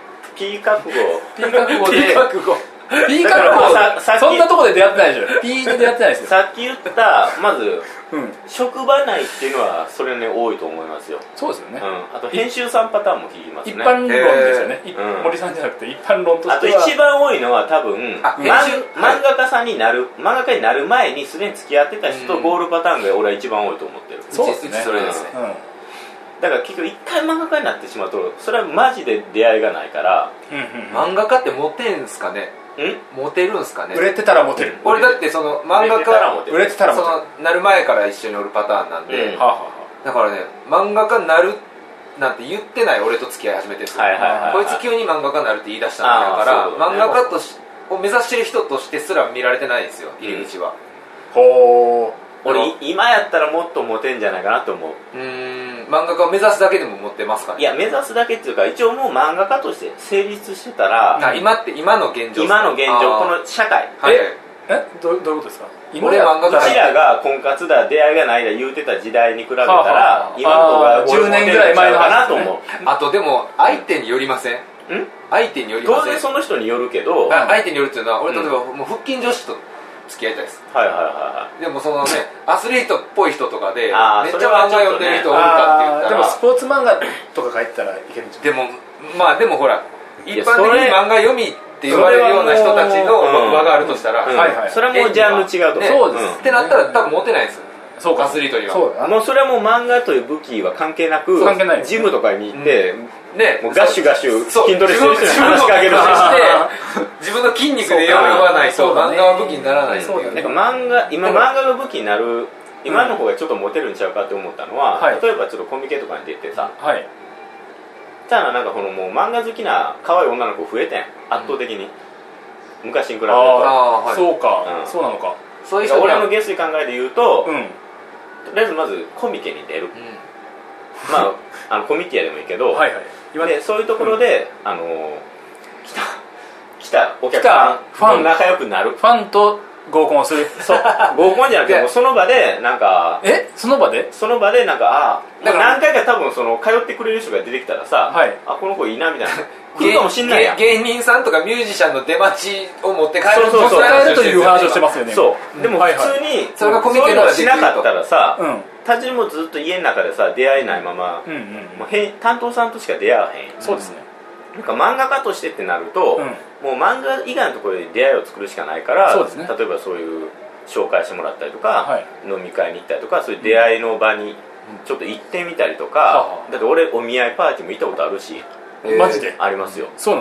[SPEAKER 3] P 覚悟
[SPEAKER 4] P 覚悟で
[SPEAKER 2] P 覚悟
[SPEAKER 4] P 覚悟そんなとこで出会ってないでしょ。 P で出会ってないですよ。
[SPEAKER 3] さっき言ったまず、
[SPEAKER 4] うん、
[SPEAKER 3] 職場内っていうのはそれね多いと思いますよ。
[SPEAKER 4] そうですよね、
[SPEAKER 3] うん、あと編集さんパターンも聞きますね。
[SPEAKER 4] 一般論ですよね、
[SPEAKER 3] えー、
[SPEAKER 4] 森さんじゃなくて一般論としては。
[SPEAKER 3] あと一番多いのは多分
[SPEAKER 2] 漫
[SPEAKER 3] 画家さんになる漫画家になる前にすでに付き合ってた人とゴールパターンが俺は一番多いと思ってる。
[SPEAKER 4] そうですね。
[SPEAKER 2] それですね、
[SPEAKER 3] うん、だから結局一回漫画家になってしまうとそれはマジで出会いがないから、
[SPEAKER 4] うんうんうん、
[SPEAKER 2] 漫画家ってモテんすかね。モテるんすかね。
[SPEAKER 4] 売れてたらモテる。
[SPEAKER 2] 俺だってその漫画家
[SPEAKER 4] 売れてたらモテる。
[SPEAKER 2] そのなる前から一緒におるパターンなんで、
[SPEAKER 3] うん、
[SPEAKER 2] だからね漫画家になるなんて言ってない俺と付き合い始めてるんですよ、
[SPEAKER 3] はいはいはいはい、
[SPEAKER 2] こいつ急に漫画家になるって言い出したんだから、ね、漫画家としを目指してる人としてすら見られてないんですよ入り口は、
[SPEAKER 4] うん、ほ
[SPEAKER 3] ー俺今やったらもっとモテんじゃないかなと思う。
[SPEAKER 2] うーん漫画家を目指すだけでも持ってますかね。
[SPEAKER 3] いや目指すだけっていうか一応もう漫画家として成立してたら、
[SPEAKER 2] あ今って今の現状
[SPEAKER 3] 今の現状この社会、
[SPEAKER 2] はい、
[SPEAKER 4] ええ ど, どういうことですか。
[SPEAKER 2] 俺漫画家
[SPEAKER 3] うちらが婚活だ出会いがないだ言うてた時代に比べたら、はあはあ、今の方が
[SPEAKER 4] じゅうねんぐらい前の
[SPEAKER 3] かなと思う、ね、
[SPEAKER 2] あとでも相手によりません、ん相手によりません。
[SPEAKER 3] 当然その人によるけど、
[SPEAKER 2] 相手によるっていうのは俺例えば、うん、もう腹筋女子と付き合いたいです。
[SPEAKER 3] はいはいはい。
[SPEAKER 2] でもそのねアスリートっぽい人とかでめっち
[SPEAKER 3] ゃ
[SPEAKER 2] ゃ漫画読んでる人おるかって言ったら、
[SPEAKER 4] でもスポーツ漫画とか書いてたらいけるんじゃない。
[SPEAKER 2] でもまあでもほら一般的に漫画読みって言われるような人たちの輪があるとしたら、
[SPEAKER 3] うんはいはい、それはもうジャンル違うと、
[SPEAKER 2] ね、そうです、うん、ってなったら多分モテないですよ。そうかアスリートには
[SPEAKER 3] そうだもうそれはもう漫画という武器は関係なく
[SPEAKER 4] 関係ない、ね、
[SPEAKER 3] ジムとかに行って、うん
[SPEAKER 2] ね、
[SPEAKER 3] もうガッシュガッシュ筋トレしてる人に話しかける
[SPEAKER 2] 自分の筋肉で読まないと漫画は武器にならないっていうね。
[SPEAKER 3] 漫画今漫画が武器になる今の方がちょっとモテるんちゃうかって思ったのは、はい、例えばちょっとコミケとかに出てさ、はい、ただなんかこのもう漫画好きな可愛い女の子増えてん圧倒的に、うん、昔に比べると。
[SPEAKER 4] あ、はい、そうか、うん、そうなのか。
[SPEAKER 2] そういう人
[SPEAKER 3] 俺の下水考えで言うと、
[SPEAKER 4] うん、
[SPEAKER 3] とりあえずまずコミケに出る、うん、まああのコミティアでもいいけどはい、はい、でそういうところで、うん、あの来た来たお客さんと仲良くなる。
[SPEAKER 4] ファンと合コンをする。
[SPEAKER 3] そう合コンじゃなくてもその場でなんか
[SPEAKER 4] えその場で
[SPEAKER 3] その場でなんかあだから何回か多分その通ってくれる人が出てきたらさ、
[SPEAKER 4] はい、
[SPEAKER 3] あこの子いいなみたいな来るかもしんないやん。
[SPEAKER 2] 芸人さんとかミュージシャンの出待ちを持って帰る
[SPEAKER 3] そうそうそう
[SPEAKER 4] 帰るという話をしてますよね。
[SPEAKER 3] そう、うん、でも普通に、はいはい、
[SPEAKER 2] それがコミケ
[SPEAKER 3] ならしなかったらさ、
[SPEAKER 4] うん、
[SPEAKER 3] 単純にもうずっと家の中でさ出会えないまま、うんうんうん、もうへ担当さんとしか出会わへん。
[SPEAKER 4] そうですね。
[SPEAKER 3] なんか漫画家としてってなると、うん、もう漫画以外のところで出会いを作るしかないから、
[SPEAKER 4] そうですね、
[SPEAKER 3] 例えばそういう紹介してもらったりとか、
[SPEAKER 4] はい、
[SPEAKER 3] 飲み会に行ったりとかそういう出会いの場にちょっと行ってみたりとか、うん、だって俺お見合いパーティーも行ったことあるし、
[SPEAKER 4] えー、マジで
[SPEAKER 3] ありますよ。
[SPEAKER 4] そうなんですか。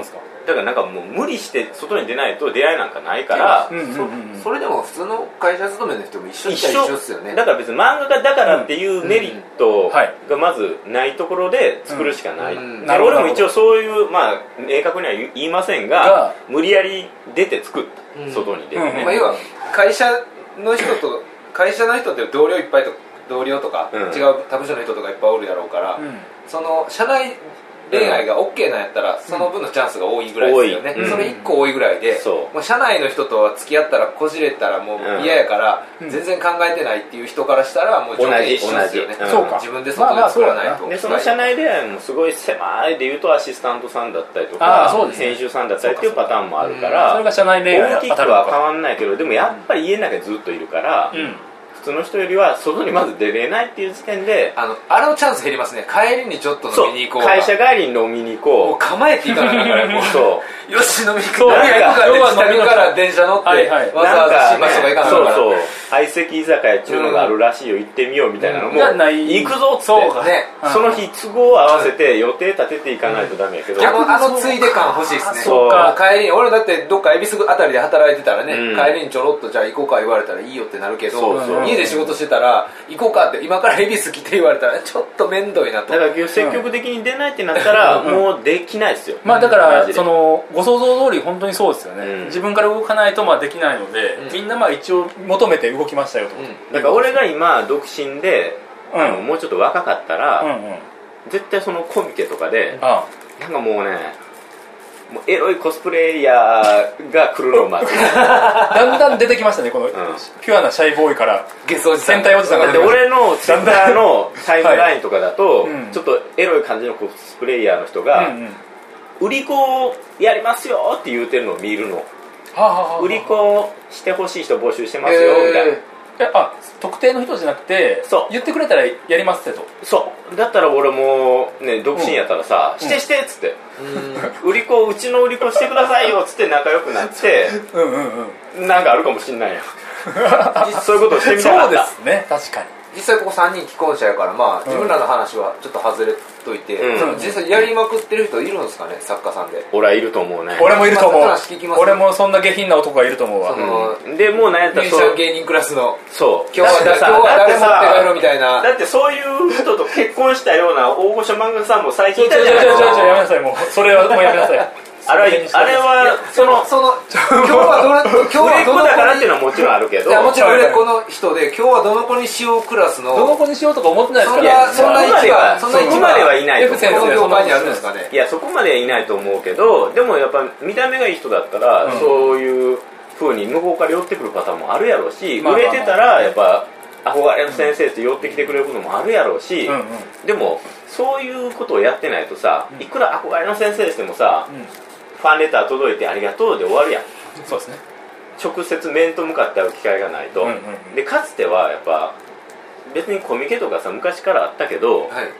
[SPEAKER 3] だからなんかもう無理して外に出ないと出会いなんかないから、
[SPEAKER 2] うんうんうん、そ, それでも普通の会社勤めの人も一緒っちゃ一緒ですよね。
[SPEAKER 3] だから別に漫画家だからっていうメリットがまずないところで作るしかない、うんうん、俺も一応そういうまあ明確には言いませんが無理やり出て作った、うん、外に出てね、
[SPEAKER 2] うんまあ、要は会社の人と会社の人って同僚いっぱいと同僚とか、うん、違う他部署の人とかいっぱいおるやろうから、うん、その社内恋愛が OK なんやったらその分のチャンスが多いぐらいですよね、うん、それいっこ多いぐらいで、うん、もう社内の人とは付き合ったらこじれたらもう嫌やから、うん、全然考えてないっていう人からしたらもう条件一緒ですよね、
[SPEAKER 3] そうか
[SPEAKER 2] 自分で外で作らないと、まあまあ、
[SPEAKER 3] でその社内恋愛もすごい狭いでいうとアシスタントさんだったりとか、ね、編集さんだったりっていうパターンもあるから、
[SPEAKER 4] うん、それが社内恋愛
[SPEAKER 3] 大きくは変わんないけどでもやっぱり家の中にずっといるから、うん普通の人よりは外にまず出れないっていう時点で
[SPEAKER 2] あのあれのチャンス減りますね。帰りにちょっと飲みに行こう
[SPEAKER 3] 会社帰りに飲みに行こう
[SPEAKER 2] もう構えていかないからもう
[SPEAKER 3] そう
[SPEAKER 2] よし飲みに行こう飲みに行こうから飲みから電車乗って、はいはい、わざわざ新橋とか行かないから
[SPEAKER 3] そうそう相席居酒屋っていうのがあるらしいよ、うん、行ってみようみたいなのも、うん、行くぞっつって
[SPEAKER 2] そう、ね、
[SPEAKER 3] その日都合を合わせて予定立てていかないとダメやけど、うん、
[SPEAKER 2] あの、あのついで感欲しいですね。そうか帰りに俺だってどっか恵比寿あたりで働いてたらね、うん、帰りにちょろっとじゃあ行こうか言われたらいいよってなるけどそうそう家で仕事してたら行こうかって今から恵比寿来て言われたらちょっと面倒いなと。
[SPEAKER 3] だから積極的に出ないってなったら、うん、もうできないですよ。
[SPEAKER 4] まあだからそのご想像通り本当にそうですよね、うん、自分から動かないとまあできないので、うん、みんなまあ一応求めて動きましたよと、うん、
[SPEAKER 3] だから俺が今独身で、うん、あのもうちょっと若かったら、うんうん、絶対そのコミケとかで、うん、なんかもうねもうエロいコスプレイヤーが来るのを待つ
[SPEAKER 4] だんだん出てきましたねこの、うん、ピュアなシャイボーイから戦隊おじさんが
[SPEAKER 3] 出てきました。俺のツイッターのタイムラインとかだと、はい、ちょっとエロい感じのコスプレイヤーの人が、うんうん、売り子をやりますよって言うてるのを見るの、はあはあ、売り子してほしい人募集してますよみたいな。
[SPEAKER 4] えあ特定の人じゃなくてそう言ってくれたらやりますってと。
[SPEAKER 3] そうだったら俺もね独身やったらさ、うん、してしてっつって、うん、売り子うちの売り子してくださいよっつって仲良くなってうんうん、うん、なんかあるかもしんないよそういうことをしてみたかった。
[SPEAKER 4] そうですね確かに
[SPEAKER 2] 実際ここさんにん既婚者やからまあ自分らの話はちょっと外れといて、うん、実際やりまくってる人いるんですかね作家さんで。
[SPEAKER 3] 俺はいると思うね。
[SPEAKER 4] 俺もいると思う、まあ、俺もそんな下品な男がいると思うわ。その、
[SPEAKER 3] うん、でもう何やったら
[SPEAKER 2] ミュージシャン芸人クラスの
[SPEAKER 3] そう
[SPEAKER 2] 今日は今日は誰持って帰ろうみたいな。
[SPEAKER 3] だってそういう人と結婚したような大御所漫画家さんも最近いたじゃ
[SPEAKER 4] ないですか。やめなさいもうそれはもうやめなさい
[SPEAKER 3] あれは、あれはその
[SPEAKER 2] その今日はどの今日はどの子
[SPEAKER 3] だからっていうのはもちろんあるけど、
[SPEAKER 2] いやもちろん売れっ子の人で今日はどの子にしようクラスの
[SPEAKER 4] どの子にしようとか思ってないですから。
[SPEAKER 2] そんな位置は
[SPEAKER 3] そこまではいないと思う。
[SPEAKER 2] この業界にあるんですかね。
[SPEAKER 3] いやそこまではいないと思うけど、でもやっぱ見た目がいい人だったら、うん、そういう風に向こうから寄ってくるパターンもあるやろうし、売れてたらやっぱ憧れの先生って寄ってきてくれることもあるやろうし、うんうん、でもそういうことをやってないとさ、いくら憧れの先生してもさ、うんファンレター届いてありがとうで終わるやん。
[SPEAKER 4] そうですね。
[SPEAKER 3] 直接面と向かって会う機会がないと、うんうんうん、でかつてはやっぱ別にコミケとかさ昔からあったけど、はい、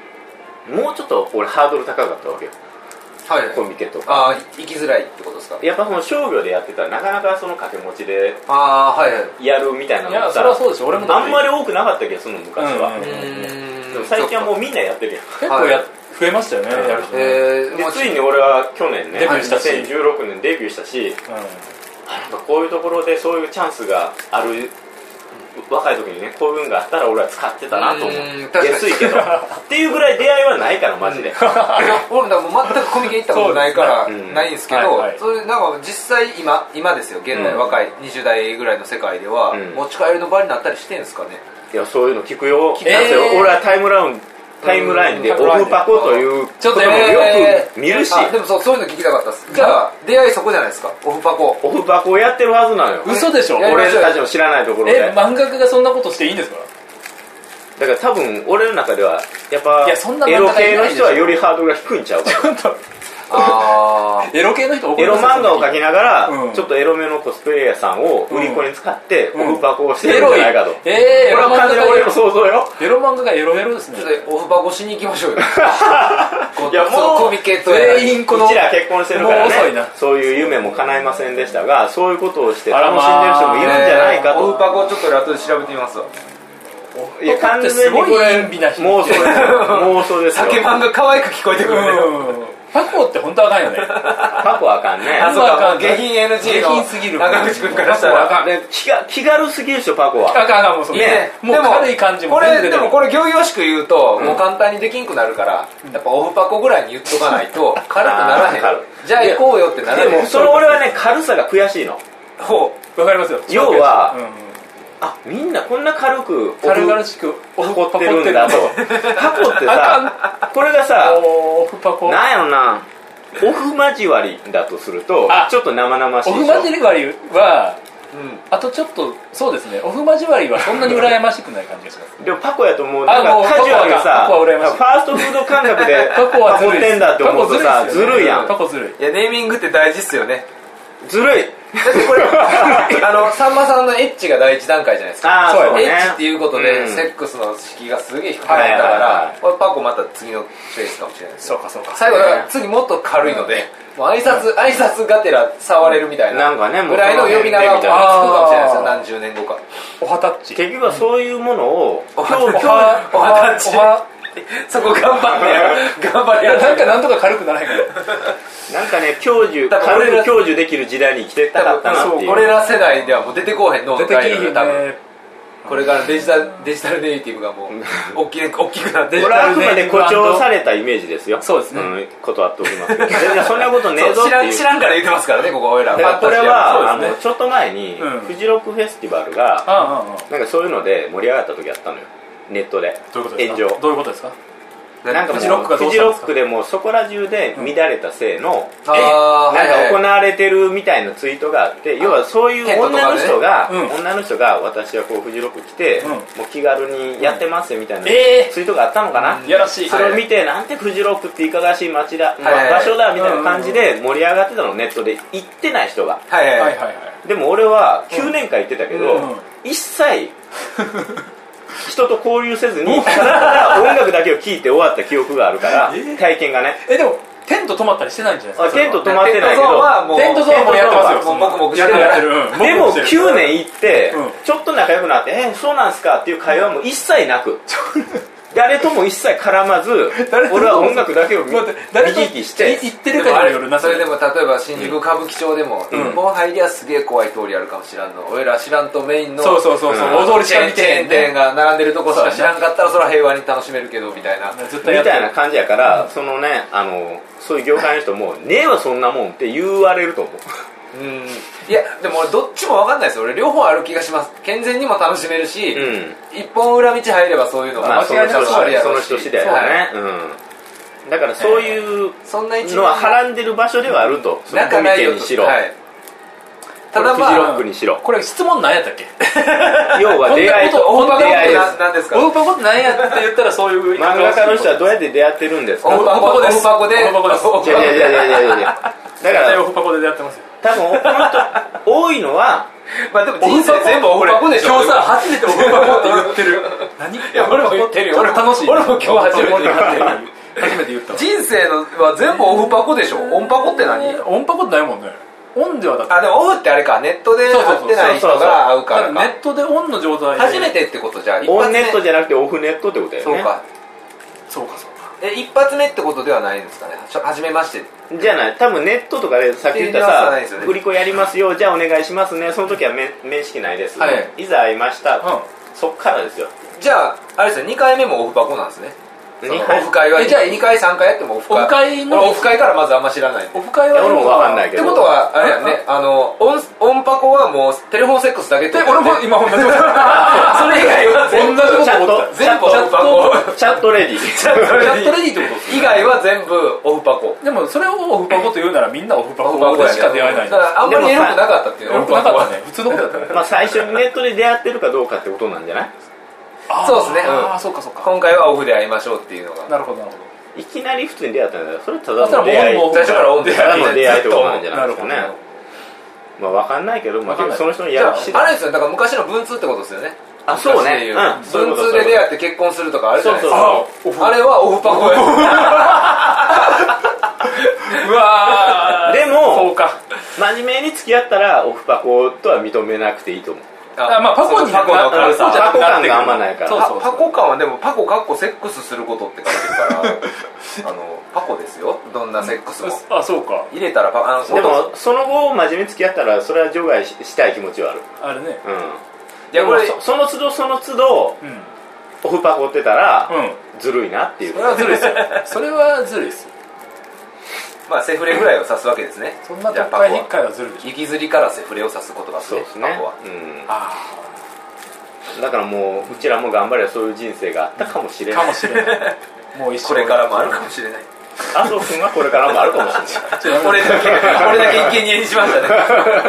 [SPEAKER 3] もうちょっと俺ハードル高かったわけよ、はい、コミケとか。
[SPEAKER 2] ああ行きづらいってことですか。
[SPEAKER 3] やっぱその商業でやってたらなかなかその掛け持ちで
[SPEAKER 2] あ、はいはい、
[SPEAKER 3] やるみたいなのがさ、
[SPEAKER 4] いやそれはそうですよ。俺も
[SPEAKER 3] あんまり多くなかったけどその昔は、うんうん、でも最近はもうみんなやってるやん。
[SPEAKER 4] 結構や増えましたよね、やる人ね。
[SPEAKER 3] でついに俺は去年ね
[SPEAKER 4] デビューしたし
[SPEAKER 3] にせんじゅうろくねんデビューしたし、うん、なんかこういうところでそういうチャンスがある若い時にねこういうのがあったら俺は使ってたなと思う。安いけどっていうぐらい出会いはないからマジで、うん、
[SPEAKER 2] 俺だもう全くコミケ行ったことないからないんですけど、はいはい、それなんか実際今今ですよ現代、うん、若いにじゅう代ぐらいの世界では、うん、持ち帰りの場になったりしてんですかね。
[SPEAKER 3] いやそういうの聞くよ、聞くよ、えー、俺はタイムラウンタイムラインでオフパコという
[SPEAKER 2] ちょっとよく見るし、でもそうそういうの聞きたかったです。じゃあ出会いそこじゃないですか。オフパコ
[SPEAKER 3] オフパコをやってるはずなのよ。
[SPEAKER 4] 嘘でしょ。
[SPEAKER 3] 俺たちの知らないところで。
[SPEAKER 4] え漫画家がそんなことしていいんですか。
[SPEAKER 3] だから多分俺の中ではやっぱエロ系の人はよりハードルが低いんちゃうか
[SPEAKER 2] あ
[SPEAKER 4] エロ系の人
[SPEAKER 3] エロ漫画を描きながら、うん、ちょっとエロめのコスプレイヤーさんを売り子に使ってオフパコをしてるんじゃないかと、うん、えー、これは完全に俺の想像よ。
[SPEAKER 4] エロ漫画がエロエロですね。
[SPEAKER 2] オフパコしに行きましょうよ
[SPEAKER 3] いやもう
[SPEAKER 2] コミケと
[SPEAKER 3] 全員このうちら結婚してるからねそういう夢も叶いませんでしたがそういうことをして楽しんでる人もいるんじゃないかと、
[SPEAKER 2] オフパコちょっと後で調べてみますわ。
[SPEAKER 3] いや完全にこれ妄想です妄想ですよ。
[SPEAKER 2] 酒漫画可愛く聞こえてくるね。
[SPEAKER 4] フパコって本当あかんよね。
[SPEAKER 3] パコはあかんね。
[SPEAKER 2] あ、そうか、下品 エヌジー の
[SPEAKER 4] 下品すぎる
[SPEAKER 2] 長口君からしたら
[SPEAKER 4] パコはあかん。
[SPEAKER 3] 気が気軽すぎるでしょパコは。
[SPEAKER 4] あかんあかん、もうそれ、
[SPEAKER 2] ね、
[SPEAKER 4] もう軽い感じも
[SPEAKER 2] こ
[SPEAKER 4] 全然出てる。
[SPEAKER 2] れでもこれ仰々しく言うと、もう簡単にできんくなるから、やっぱオフパコぐらいに言っとかないと軽くならへん。じゃあ行こうよってならへん。
[SPEAKER 3] でもそれ俺はね軽さが悔しいの。
[SPEAKER 2] ほ
[SPEAKER 4] う、わかりますよ。
[SPEAKER 3] 要は、
[SPEAKER 4] うんうん、
[SPEAKER 3] あ、みんなこんな軽く
[SPEAKER 4] 軽々しく
[SPEAKER 3] パコってるんだと。パコってさ、これがさ、
[SPEAKER 4] オフパコ
[SPEAKER 3] なんやろな、オフ交わりだとするとちょっと生々しいでしょ。
[SPEAKER 4] オフ交わりは、
[SPEAKER 2] うん、
[SPEAKER 4] あとちょっとそうですね、オフ交わりはそんなに羨ましくない感じがします
[SPEAKER 3] でもパコやともうなんかカジュアルさ、ファーストフード感覚でパコってんだって思うとさ、ずるいやん。
[SPEAKER 4] パコずるい。
[SPEAKER 2] いや、ネーミングって大事っすよね。
[SPEAKER 3] ずるい。
[SPEAKER 2] だってこれあのさんまさんのエッチが第一段階じゃないですか。
[SPEAKER 3] あそうね、
[SPEAKER 2] エッチっていうことで、うん、セックスの敷居がすげえ低かったから、これパコまた次のフェースかもしれないです。
[SPEAKER 4] そうかそうか。
[SPEAKER 2] 最後だから次もっと軽いので、もう挨拶挨拶がてら触れるみたいな
[SPEAKER 3] なんかね、
[SPEAKER 2] ぐらいの呼び名がつくかもしれないですよ、何十年後か。
[SPEAKER 4] おはタッチ。
[SPEAKER 3] 結局はそういうものを
[SPEAKER 2] おはおはタッチ。そこ頑張ってや頑張りや
[SPEAKER 4] なんかなんとか軽くならへんから
[SPEAKER 3] なんかね、享受軽く享受できる時代に生きてたかったなっていう。
[SPEAKER 2] 俺ら世代ではもう出てこうへんの
[SPEAKER 4] 出てきへん
[SPEAKER 2] 多分これからデジタルデジタルネイティブがもう大き大きくなって
[SPEAKER 3] これはあくまで誇張されたイメージですよ。
[SPEAKER 4] そうですね、
[SPEAKER 3] うん、断っておきますけど全然そんなことねえぞっていう
[SPEAKER 2] 知らんから言ってますからね、ここ俺ら。
[SPEAKER 3] だからこれは、ね、あのちょっと前に、うん、フジロックフェスティバルが、うん、なんかそういうので盛り上がった時あったのよ、ネットで。
[SPEAKER 4] どういうことですか？
[SPEAKER 3] 炎上。
[SPEAKER 4] どういうことですか？
[SPEAKER 3] なんかもうフジロックがフジロックでもそこら中で乱れた性の、
[SPEAKER 2] うん、
[SPEAKER 3] えなんか行われてるみたいなツイートがあって、要はそういう女の人が、ね、女の人が私はこうフジロック来て、うん、もう気軽にやってますよみたいなツイートがあったのかな、
[SPEAKER 4] うん、やらしい。
[SPEAKER 3] それを見て、なんてフジロックっていかがわしい街だ、はい、場所だみたいな感じで盛り上がってたの、ネットで。行ってない人が、
[SPEAKER 2] はいはいはいはい、
[SPEAKER 3] でも俺はきゅうねんかん行ってたけど、うん、一切人と交流せずにただただ音楽だけを聴いて終わった記憶があるから体験がね。
[SPEAKER 4] えでもテント泊まったりしてないんじゃないですか？
[SPEAKER 3] テント泊まってないけど
[SPEAKER 4] テントゾーンもやってますよ。
[SPEAKER 2] もくもく
[SPEAKER 4] してるやってる、うん、
[SPEAKER 3] でもきゅうねん行ってちょっと仲良くなって、えそうなんすかっていう会話も一切なく誰とも一切絡まず俺は音楽だけを見聞きして
[SPEAKER 4] 行ってるかによるな。
[SPEAKER 2] それでも例えば新宿歌舞伎町でも一本入りはすげえ怖い通りあるかもしらんの、俺ら知らんとメインの
[SPEAKER 4] そうそうそうそう
[SPEAKER 2] 踊りチェーン店が並んでるとこしか知らんかったらそれは平和に楽しめるけどみたいな
[SPEAKER 3] みたいな感じやから、そのね、あのそういう業界の人もねえわそんなもんって言われると思う。
[SPEAKER 2] うん、いやでも俺どっちも分かんないですよ。俺両方ある気がします。健全にも楽しめるし、うん、一本裏道入ればそういうのが間違いなくあるやろうし、
[SPEAKER 3] その人次第だね、うん、だからそういうのははらんでる場所ではあると、そのコミケにしろ、はい、ただまあフジロックにしろ。
[SPEAKER 4] これ質問何やったっけ
[SPEAKER 3] 要は出会いと
[SPEAKER 2] オフパコって何ですか？
[SPEAKER 4] オフパコって何やって言ったらそういう
[SPEAKER 3] 漫画家の人はどうやって出会ってるんですか？
[SPEAKER 2] オフパコです。オフパコで。
[SPEAKER 4] オフパコです。
[SPEAKER 3] いやいやいやいやいやいやだから
[SPEAKER 4] オフパコで出会ってますよ。
[SPEAKER 3] 多分この人多いのは
[SPEAKER 2] まあでも人生全部オフパコでしょ。
[SPEAKER 4] 今日さ初めてオフパコって言ってる。何？い
[SPEAKER 2] や俺も言ってるよ。
[SPEAKER 4] 俺楽しい。
[SPEAKER 2] 俺も今日初めて言ってる。
[SPEAKER 4] 初めて言った。
[SPEAKER 2] 人生のは全部オフパコでしょ。オンパコって何？
[SPEAKER 4] オンパコってないもんね。オンではだって。
[SPEAKER 2] あでもオフってあれか、ネットで会ってない人が会うからか。
[SPEAKER 4] ネットでオンの状態で。
[SPEAKER 2] 初めてってことじゃ
[SPEAKER 3] オンネットじゃなくてオフネットってことだよね。
[SPEAKER 2] そうか。
[SPEAKER 4] そうかそうか。
[SPEAKER 2] え一発目ってことではないんですかね。初めまして
[SPEAKER 3] じゃない。多分ネットとかでさっき言ったさ、振り子やりますよ、じゃあお願いしますね、その時は面面識ないです、はい、いざ会いました、うん、そっからですよ。
[SPEAKER 2] じゃああれですよ、にかいめもオフパコなんですね。オフ会はじゃあにかいさんかいやってもオフ会。オフ会のオフ会からまずあんま知らない。
[SPEAKER 4] オフ会は
[SPEAKER 3] 俺も分かんないけど。
[SPEAKER 2] ってことはあれやね、あのオンオンパコはもうテレフォンセックスだけってこと、
[SPEAKER 4] ね、俺も今同じこと
[SPEAKER 2] それ以外は全部
[SPEAKER 4] 同じこと思った。
[SPEAKER 2] 全部オフパコ。
[SPEAKER 3] チャットレディ
[SPEAKER 4] チャットレディってこと
[SPEAKER 2] 以外は全部オフパコ。
[SPEAKER 4] でもそれをオフパコと言うならみんなオフパコでしか出会えない。
[SPEAKER 2] だからあんまりエロくなかったっていう。
[SPEAKER 4] エロくなかったね。普通のことだったね。
[SPEAKER 3] まあ最初にネットで出会ってるかどうかってことなんじゃない？
[SPEAKER 2] そうですね。
[SPEAKER 4] ああそうかそうか。
[SPEAKER 2] 今回はオフで会いましょうっていうのが。
[SPEAKER 4] なるほどなるほど。
[SPEAKER 3] いきなり普通に出会ったんだから、それただの出会い、
[SPEAKER 2] 最初からオンで
[SPEAKER 3] ただの出会いってことなんじゃないですかね。まあ分かんないけど、まあその人のやる気次第。
[SPEAKER 2] あれですよ、だから昔の文通ってことですよね。
[SPEAKER 3] あ、そうね。
[SPEAKER 2] 文通で出会って結婚するとかあるじゃないですか。
[SPEAKER 3] そうそう。
[SPEAKER 2] あれはオフパコや。
[SPEAKER 4] うわ
[SPEAKER 3] でも
[SPEAKER 4] そうか。
[SPEAKER 3] 真面目に付き合ったらオフパコとは認めなくていいと思う。
[SPEAKER 4] あまあパコに
[SPEAKER 2] パコの軽さ
[SPEAKER 3] パコ感があんまないから。
[SPEAKER 2] そうそうそうパコ感はでもパコかっこセックスすることって書いてるからあのパコですよどんなセックスも、
[SPEAKER 4] うん、あそうか
[SPEAKER 2] 入れたらパあの
[SPEAKER 3] でもその後真面目に付き合ったらそれは除外したい気持ちはある
[SPEAKER 4] あるね。
[SPEAKER 3] うんいやこれその都度その都度、うん、オフパコってたら、うん、ずるいなっていう。
[SPEAKER 4] それはずるいですよそれはずるいですよ。
[SPEAKER 2] まあセフレぐらいを指すわけですね。
[SPEAKER 4] そんな特会引っかいはずるいでしょ。
[SPEAKER 2] 雪吊りからセフレを指す言葉ですね。
[SPEAKER 3] そうですね。
[SPEAKER 2] パコは、うん、
[SPEAKER 4] あ
[SPEAKER 3] だからもううちらも頑張ればそういう人生があったかもしれない。
[SPEAKER 4] かもしれないもう一生
[SPEAKER 2] これからもあるかもしれない。
[SPEAKER 3] 麻生君はこれからもあるかもしれない
[SPEAKER 2] これだけこれだけ生贄にしましたね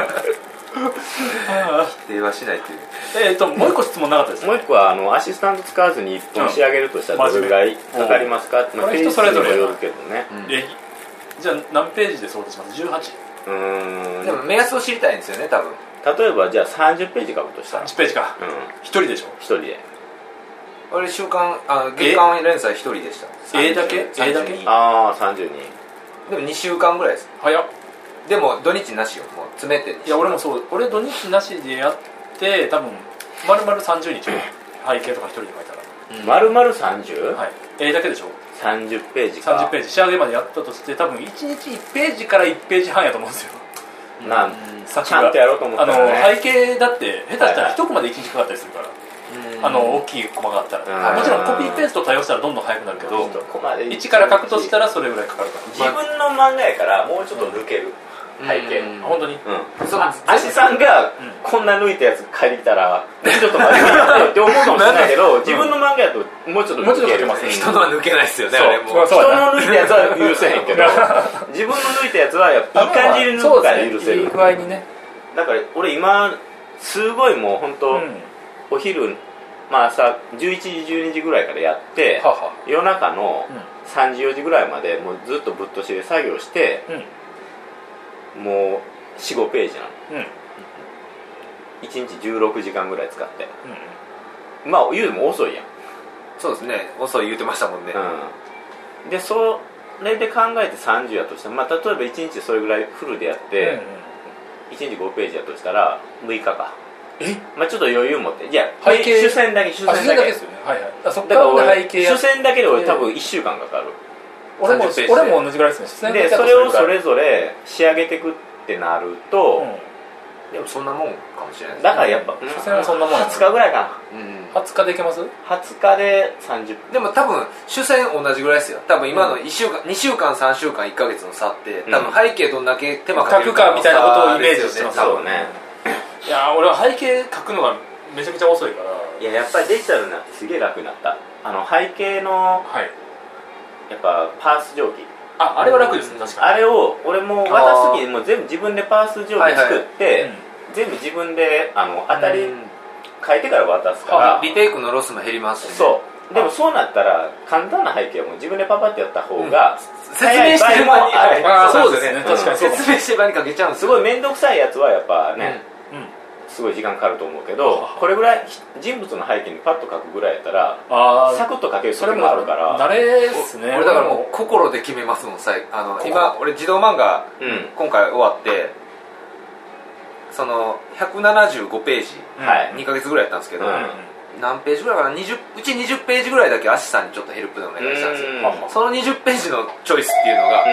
[SPEAKER 2] 否定はしないという。
[SPEAKER 4] えーともう一個質問なかったですか。
[SPEAKER 3] もう一個はあのアシスタント使わずにいっぽん仕上げるとしたらどれぐらいかかりますかって、まあ、
[SPEAKER 4] 人それぞれ
[SPEAKER 3] よるけどね、
[SPEAKER 4] うん、えじゃあ何ページで想定します。じゅうはち。
[SPEAKER 3] うーん
[SPEAKER 2] でも目安を知りたいんですよね多分。
[SPEAKER 3] 例えばじゃあさんじゅっページ書くとしたら
[SPEAKER 4] さんじゅっページか、うん、ひとりでしょ。
[SPEAKER 3] ひとりで
[SPEAKER 2] 俺週刊あ月刊連載ひとりでした。
[SPEAKER 4] A だけ A だけ
[SPEAKER 3] ああさんじゅうに
[SPEAKER 2] でもにしゅうかんぐらいです。
[SPEAKER 4] 早っ。
[SPEAKER 2] でも土日なしよもう詰めて。
[SPEAKER 4] いや俺もそう俺土日なしでやって多分丸々さんじゅうにち背景とかひとりで書いたら、
[SPEAKER 3] うん、丸々 さんじゅう？
[SPEAKER 4] はい A だけでしょ。
[SPEAKER 3] さんじゅっページか
[SPEAKER 4] さんじゅっページ仕上げまでやったとして多分いちにちいちページからいちページはんやと思うんですよ。
[SPEAKER 3] なんちゃんとやろうと思ったら、ね、
[SPEAKER 4] あの背景だって下手したらいちコマでいちにちかかったりするから、あの大きいコマがあったらもちろんコピーペースト対応したらどんどん速くなるけどいちから書くとしたらそれぐらいかかるから。
[SPEAKER 3] 自分の漫画やからもうちょっと抜ける、うん、背景
[SPEAKER 4] 本当に、
[SPEAKER 3] うん、その足さんがこんな抜いたやつ借りたらちょっと待ってって思うかもしれないけど自分の漫画やともうちょっと抜ける。
[SPEAKER 2] 人のは抜けないですよね。
[SPEAKER 3] そう
[SPEAKER 2] あれも
[SPEAKER 3] 人の抜いたやつは許せへんけど自分の抜いたやつはやっぱいい感じに抜くから許せる。
[SPEAKER 4] いい具合にね。
[SPEAKER 3] だから俺今すごいもう本当、うん、お昼まあ朝じゅういちじじゅうにじぐらいからやってはは夜中のさんじよじぐらいまでもうずっとぶっ通しで作業して、うん、もう よん,ご ページなの、うん、いちにちじゅうろくじかんぐらい使って、うん、まあ言うても遅いやん。
[SPEAKER 2] そうですね遅い言うてましたもんね、
[SPEAKER 3] うん、でそれで考えてさんじゅうやとしたら、まあ、例えばいちにちそれぐらいフルでやって、うんうん、いちにちごページやとしたらむいかか。えまあちょっと余裕持っていや背景主線だけ主線だけですよね。
[SPEAKER 4] はいはい。あそっか
[SPEAKER 3] ら俺背景主線だけで俺多分いっしゅうかんかかる。
[SPEAKER 4] 俺も俺も同じぐらいですね。
[SPEAKER 3] でそれをそれぞれ仕上げていくってなると、
[SPEAKER 2] うん、でもそんなもんかもしれないです、ね、
[SPEAKER 3] だからやっぱ
[SPEAKER 4] 主線はそんなもん
[SPEAKER 3] はつかぐらいかな、
[SPEAKER 4] うん、はつかでいけます？
[SPEAKER 3] はつかでさんじゅっぷん。
[SPEAKER 2] でも多分主線同じぐらいですよ。多分今のいっしゅうかん、うん、にしゅうかんさんしゅうかんいっかげつの差って多分背景どんだけ手間かける
[SPEAKER 4] かみたいなことをイメージしてます。
[SPEAKER 3] そうね。
[SPEAKER 4] いや俺は背景書くのがめちゃくちゃ遅いから。
[SPEAKER 3] いややっぱりデジタルになってすげえ楽になった。あの背景の、はい、やっぱパース蒸気、
[SPEAKER 4] ああれは楽ですね。確かに
[SPEAKER 3] あれを俺も渡す時にもう全部自分でパース蒸気作って、はいはい、うん、全部自分であの当たり書いてから渡すから、
[SPEAKER 2] リテイクのロスも減りますしね。
[SPEAKER 3] そうでもそうなったら簡単な背景はもう自分でパパってやった方が、
[SPEAKER 2] うん、説明してる場にある。
[SPEAKER 4] あそうですね、確かに
[SPEAKER 2] 説明してる場にかけちゃうんです
[SPEAKER 3] よ。すごい面倒くさいやつはやっぱね、うんうん、すごい時間かかると思うけど、これぐらい人物の背景にパッと描くぐらいやったらサクッと描ける時もあるから。
[SPEAKER 4] 慣れですね。
[SPEAKER 2] 俺だからもう心で決めますもん。あの今俺児童漫画、うん、今回終わってそのひゃくななじゅうごページ、うん、にかげつぐらいやったんですけど、うん、何ページぐらいかな、にじゅううちにじゅっページぐらいだけアシさんにちょっとヘルプでお願いしたんですよ。そのにじゅっページのチョイスっていうのが、うん、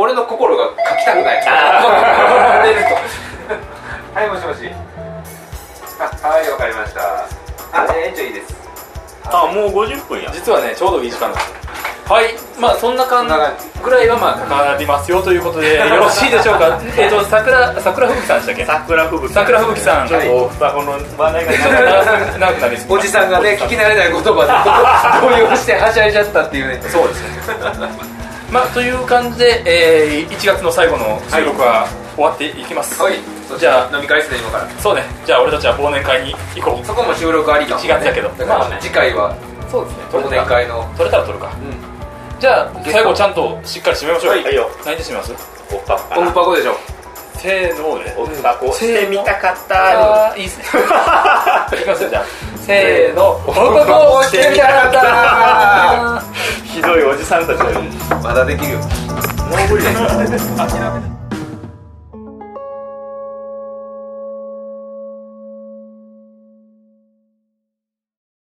[SPEAKER 2] 俺の心が書きたくない出るとはい、もしもし。あ、はい、わかりました。あ、延長いいです。
[SPEAKER 3] あ、もうごじゅっぷんや。
[SPEAKER 4] 実はねちょうどいい時間です。はい、まあそんな感じぐらいはまあかかりますよということでよろしいでしょうか。えっと桜桜吹雪さんでしたっけ？
[SPEAKER 3] 桜吹雪
[SPEAKER 4] 桜吹雪さん。
[SPEAKER 3] ちょっと双子の話題が
[SPEAKER 2] 長くなりおじさんがね聞き慣れない言葉で動揺してはしゃいじゃったっていうね。
[SPEAKER 4] そうですね。まあという感じで、えー、いちがつの最後の収録は終わっていきます。
[SPEAKER 2] はい。じゃあ飲み会ですね今から。
[SPEAKER 4] そうね。じゃあ俺たちは忘年会に行こう。
[SPEAKER 2] そこも収録ありかも、ね。
[SPEAKER 4] いちがつだけど。
[SPEAKER 2] まあ次回は
[SPEAKER 4] そうですね。
[SPEAKER 2] 忘年会の
[SPEAKER 4] 取れたら取るか。うん。じゃあ最後ちゃんとしっかり締めましょう。
[SPEAKER 3] はい、はいよ。
[SPEAKER 4] 何で締めます？
[SPEAKER 3] オフパコ。
[SPEAKER 2] オフパコでしょ。
[SPEAKER 4] せーので。
[SPEAKER 3] オフパコしてみたかっ
[SPEAKER 4] た。いいですね。いきますよじゃあ。せーの。オフパコしてみたかった。
[SPEAKER 3] ひどいおじさんたちだよ。
[SPEAKER 2] まだできるよ。
[SPEAKER 3] もう無理です。諦め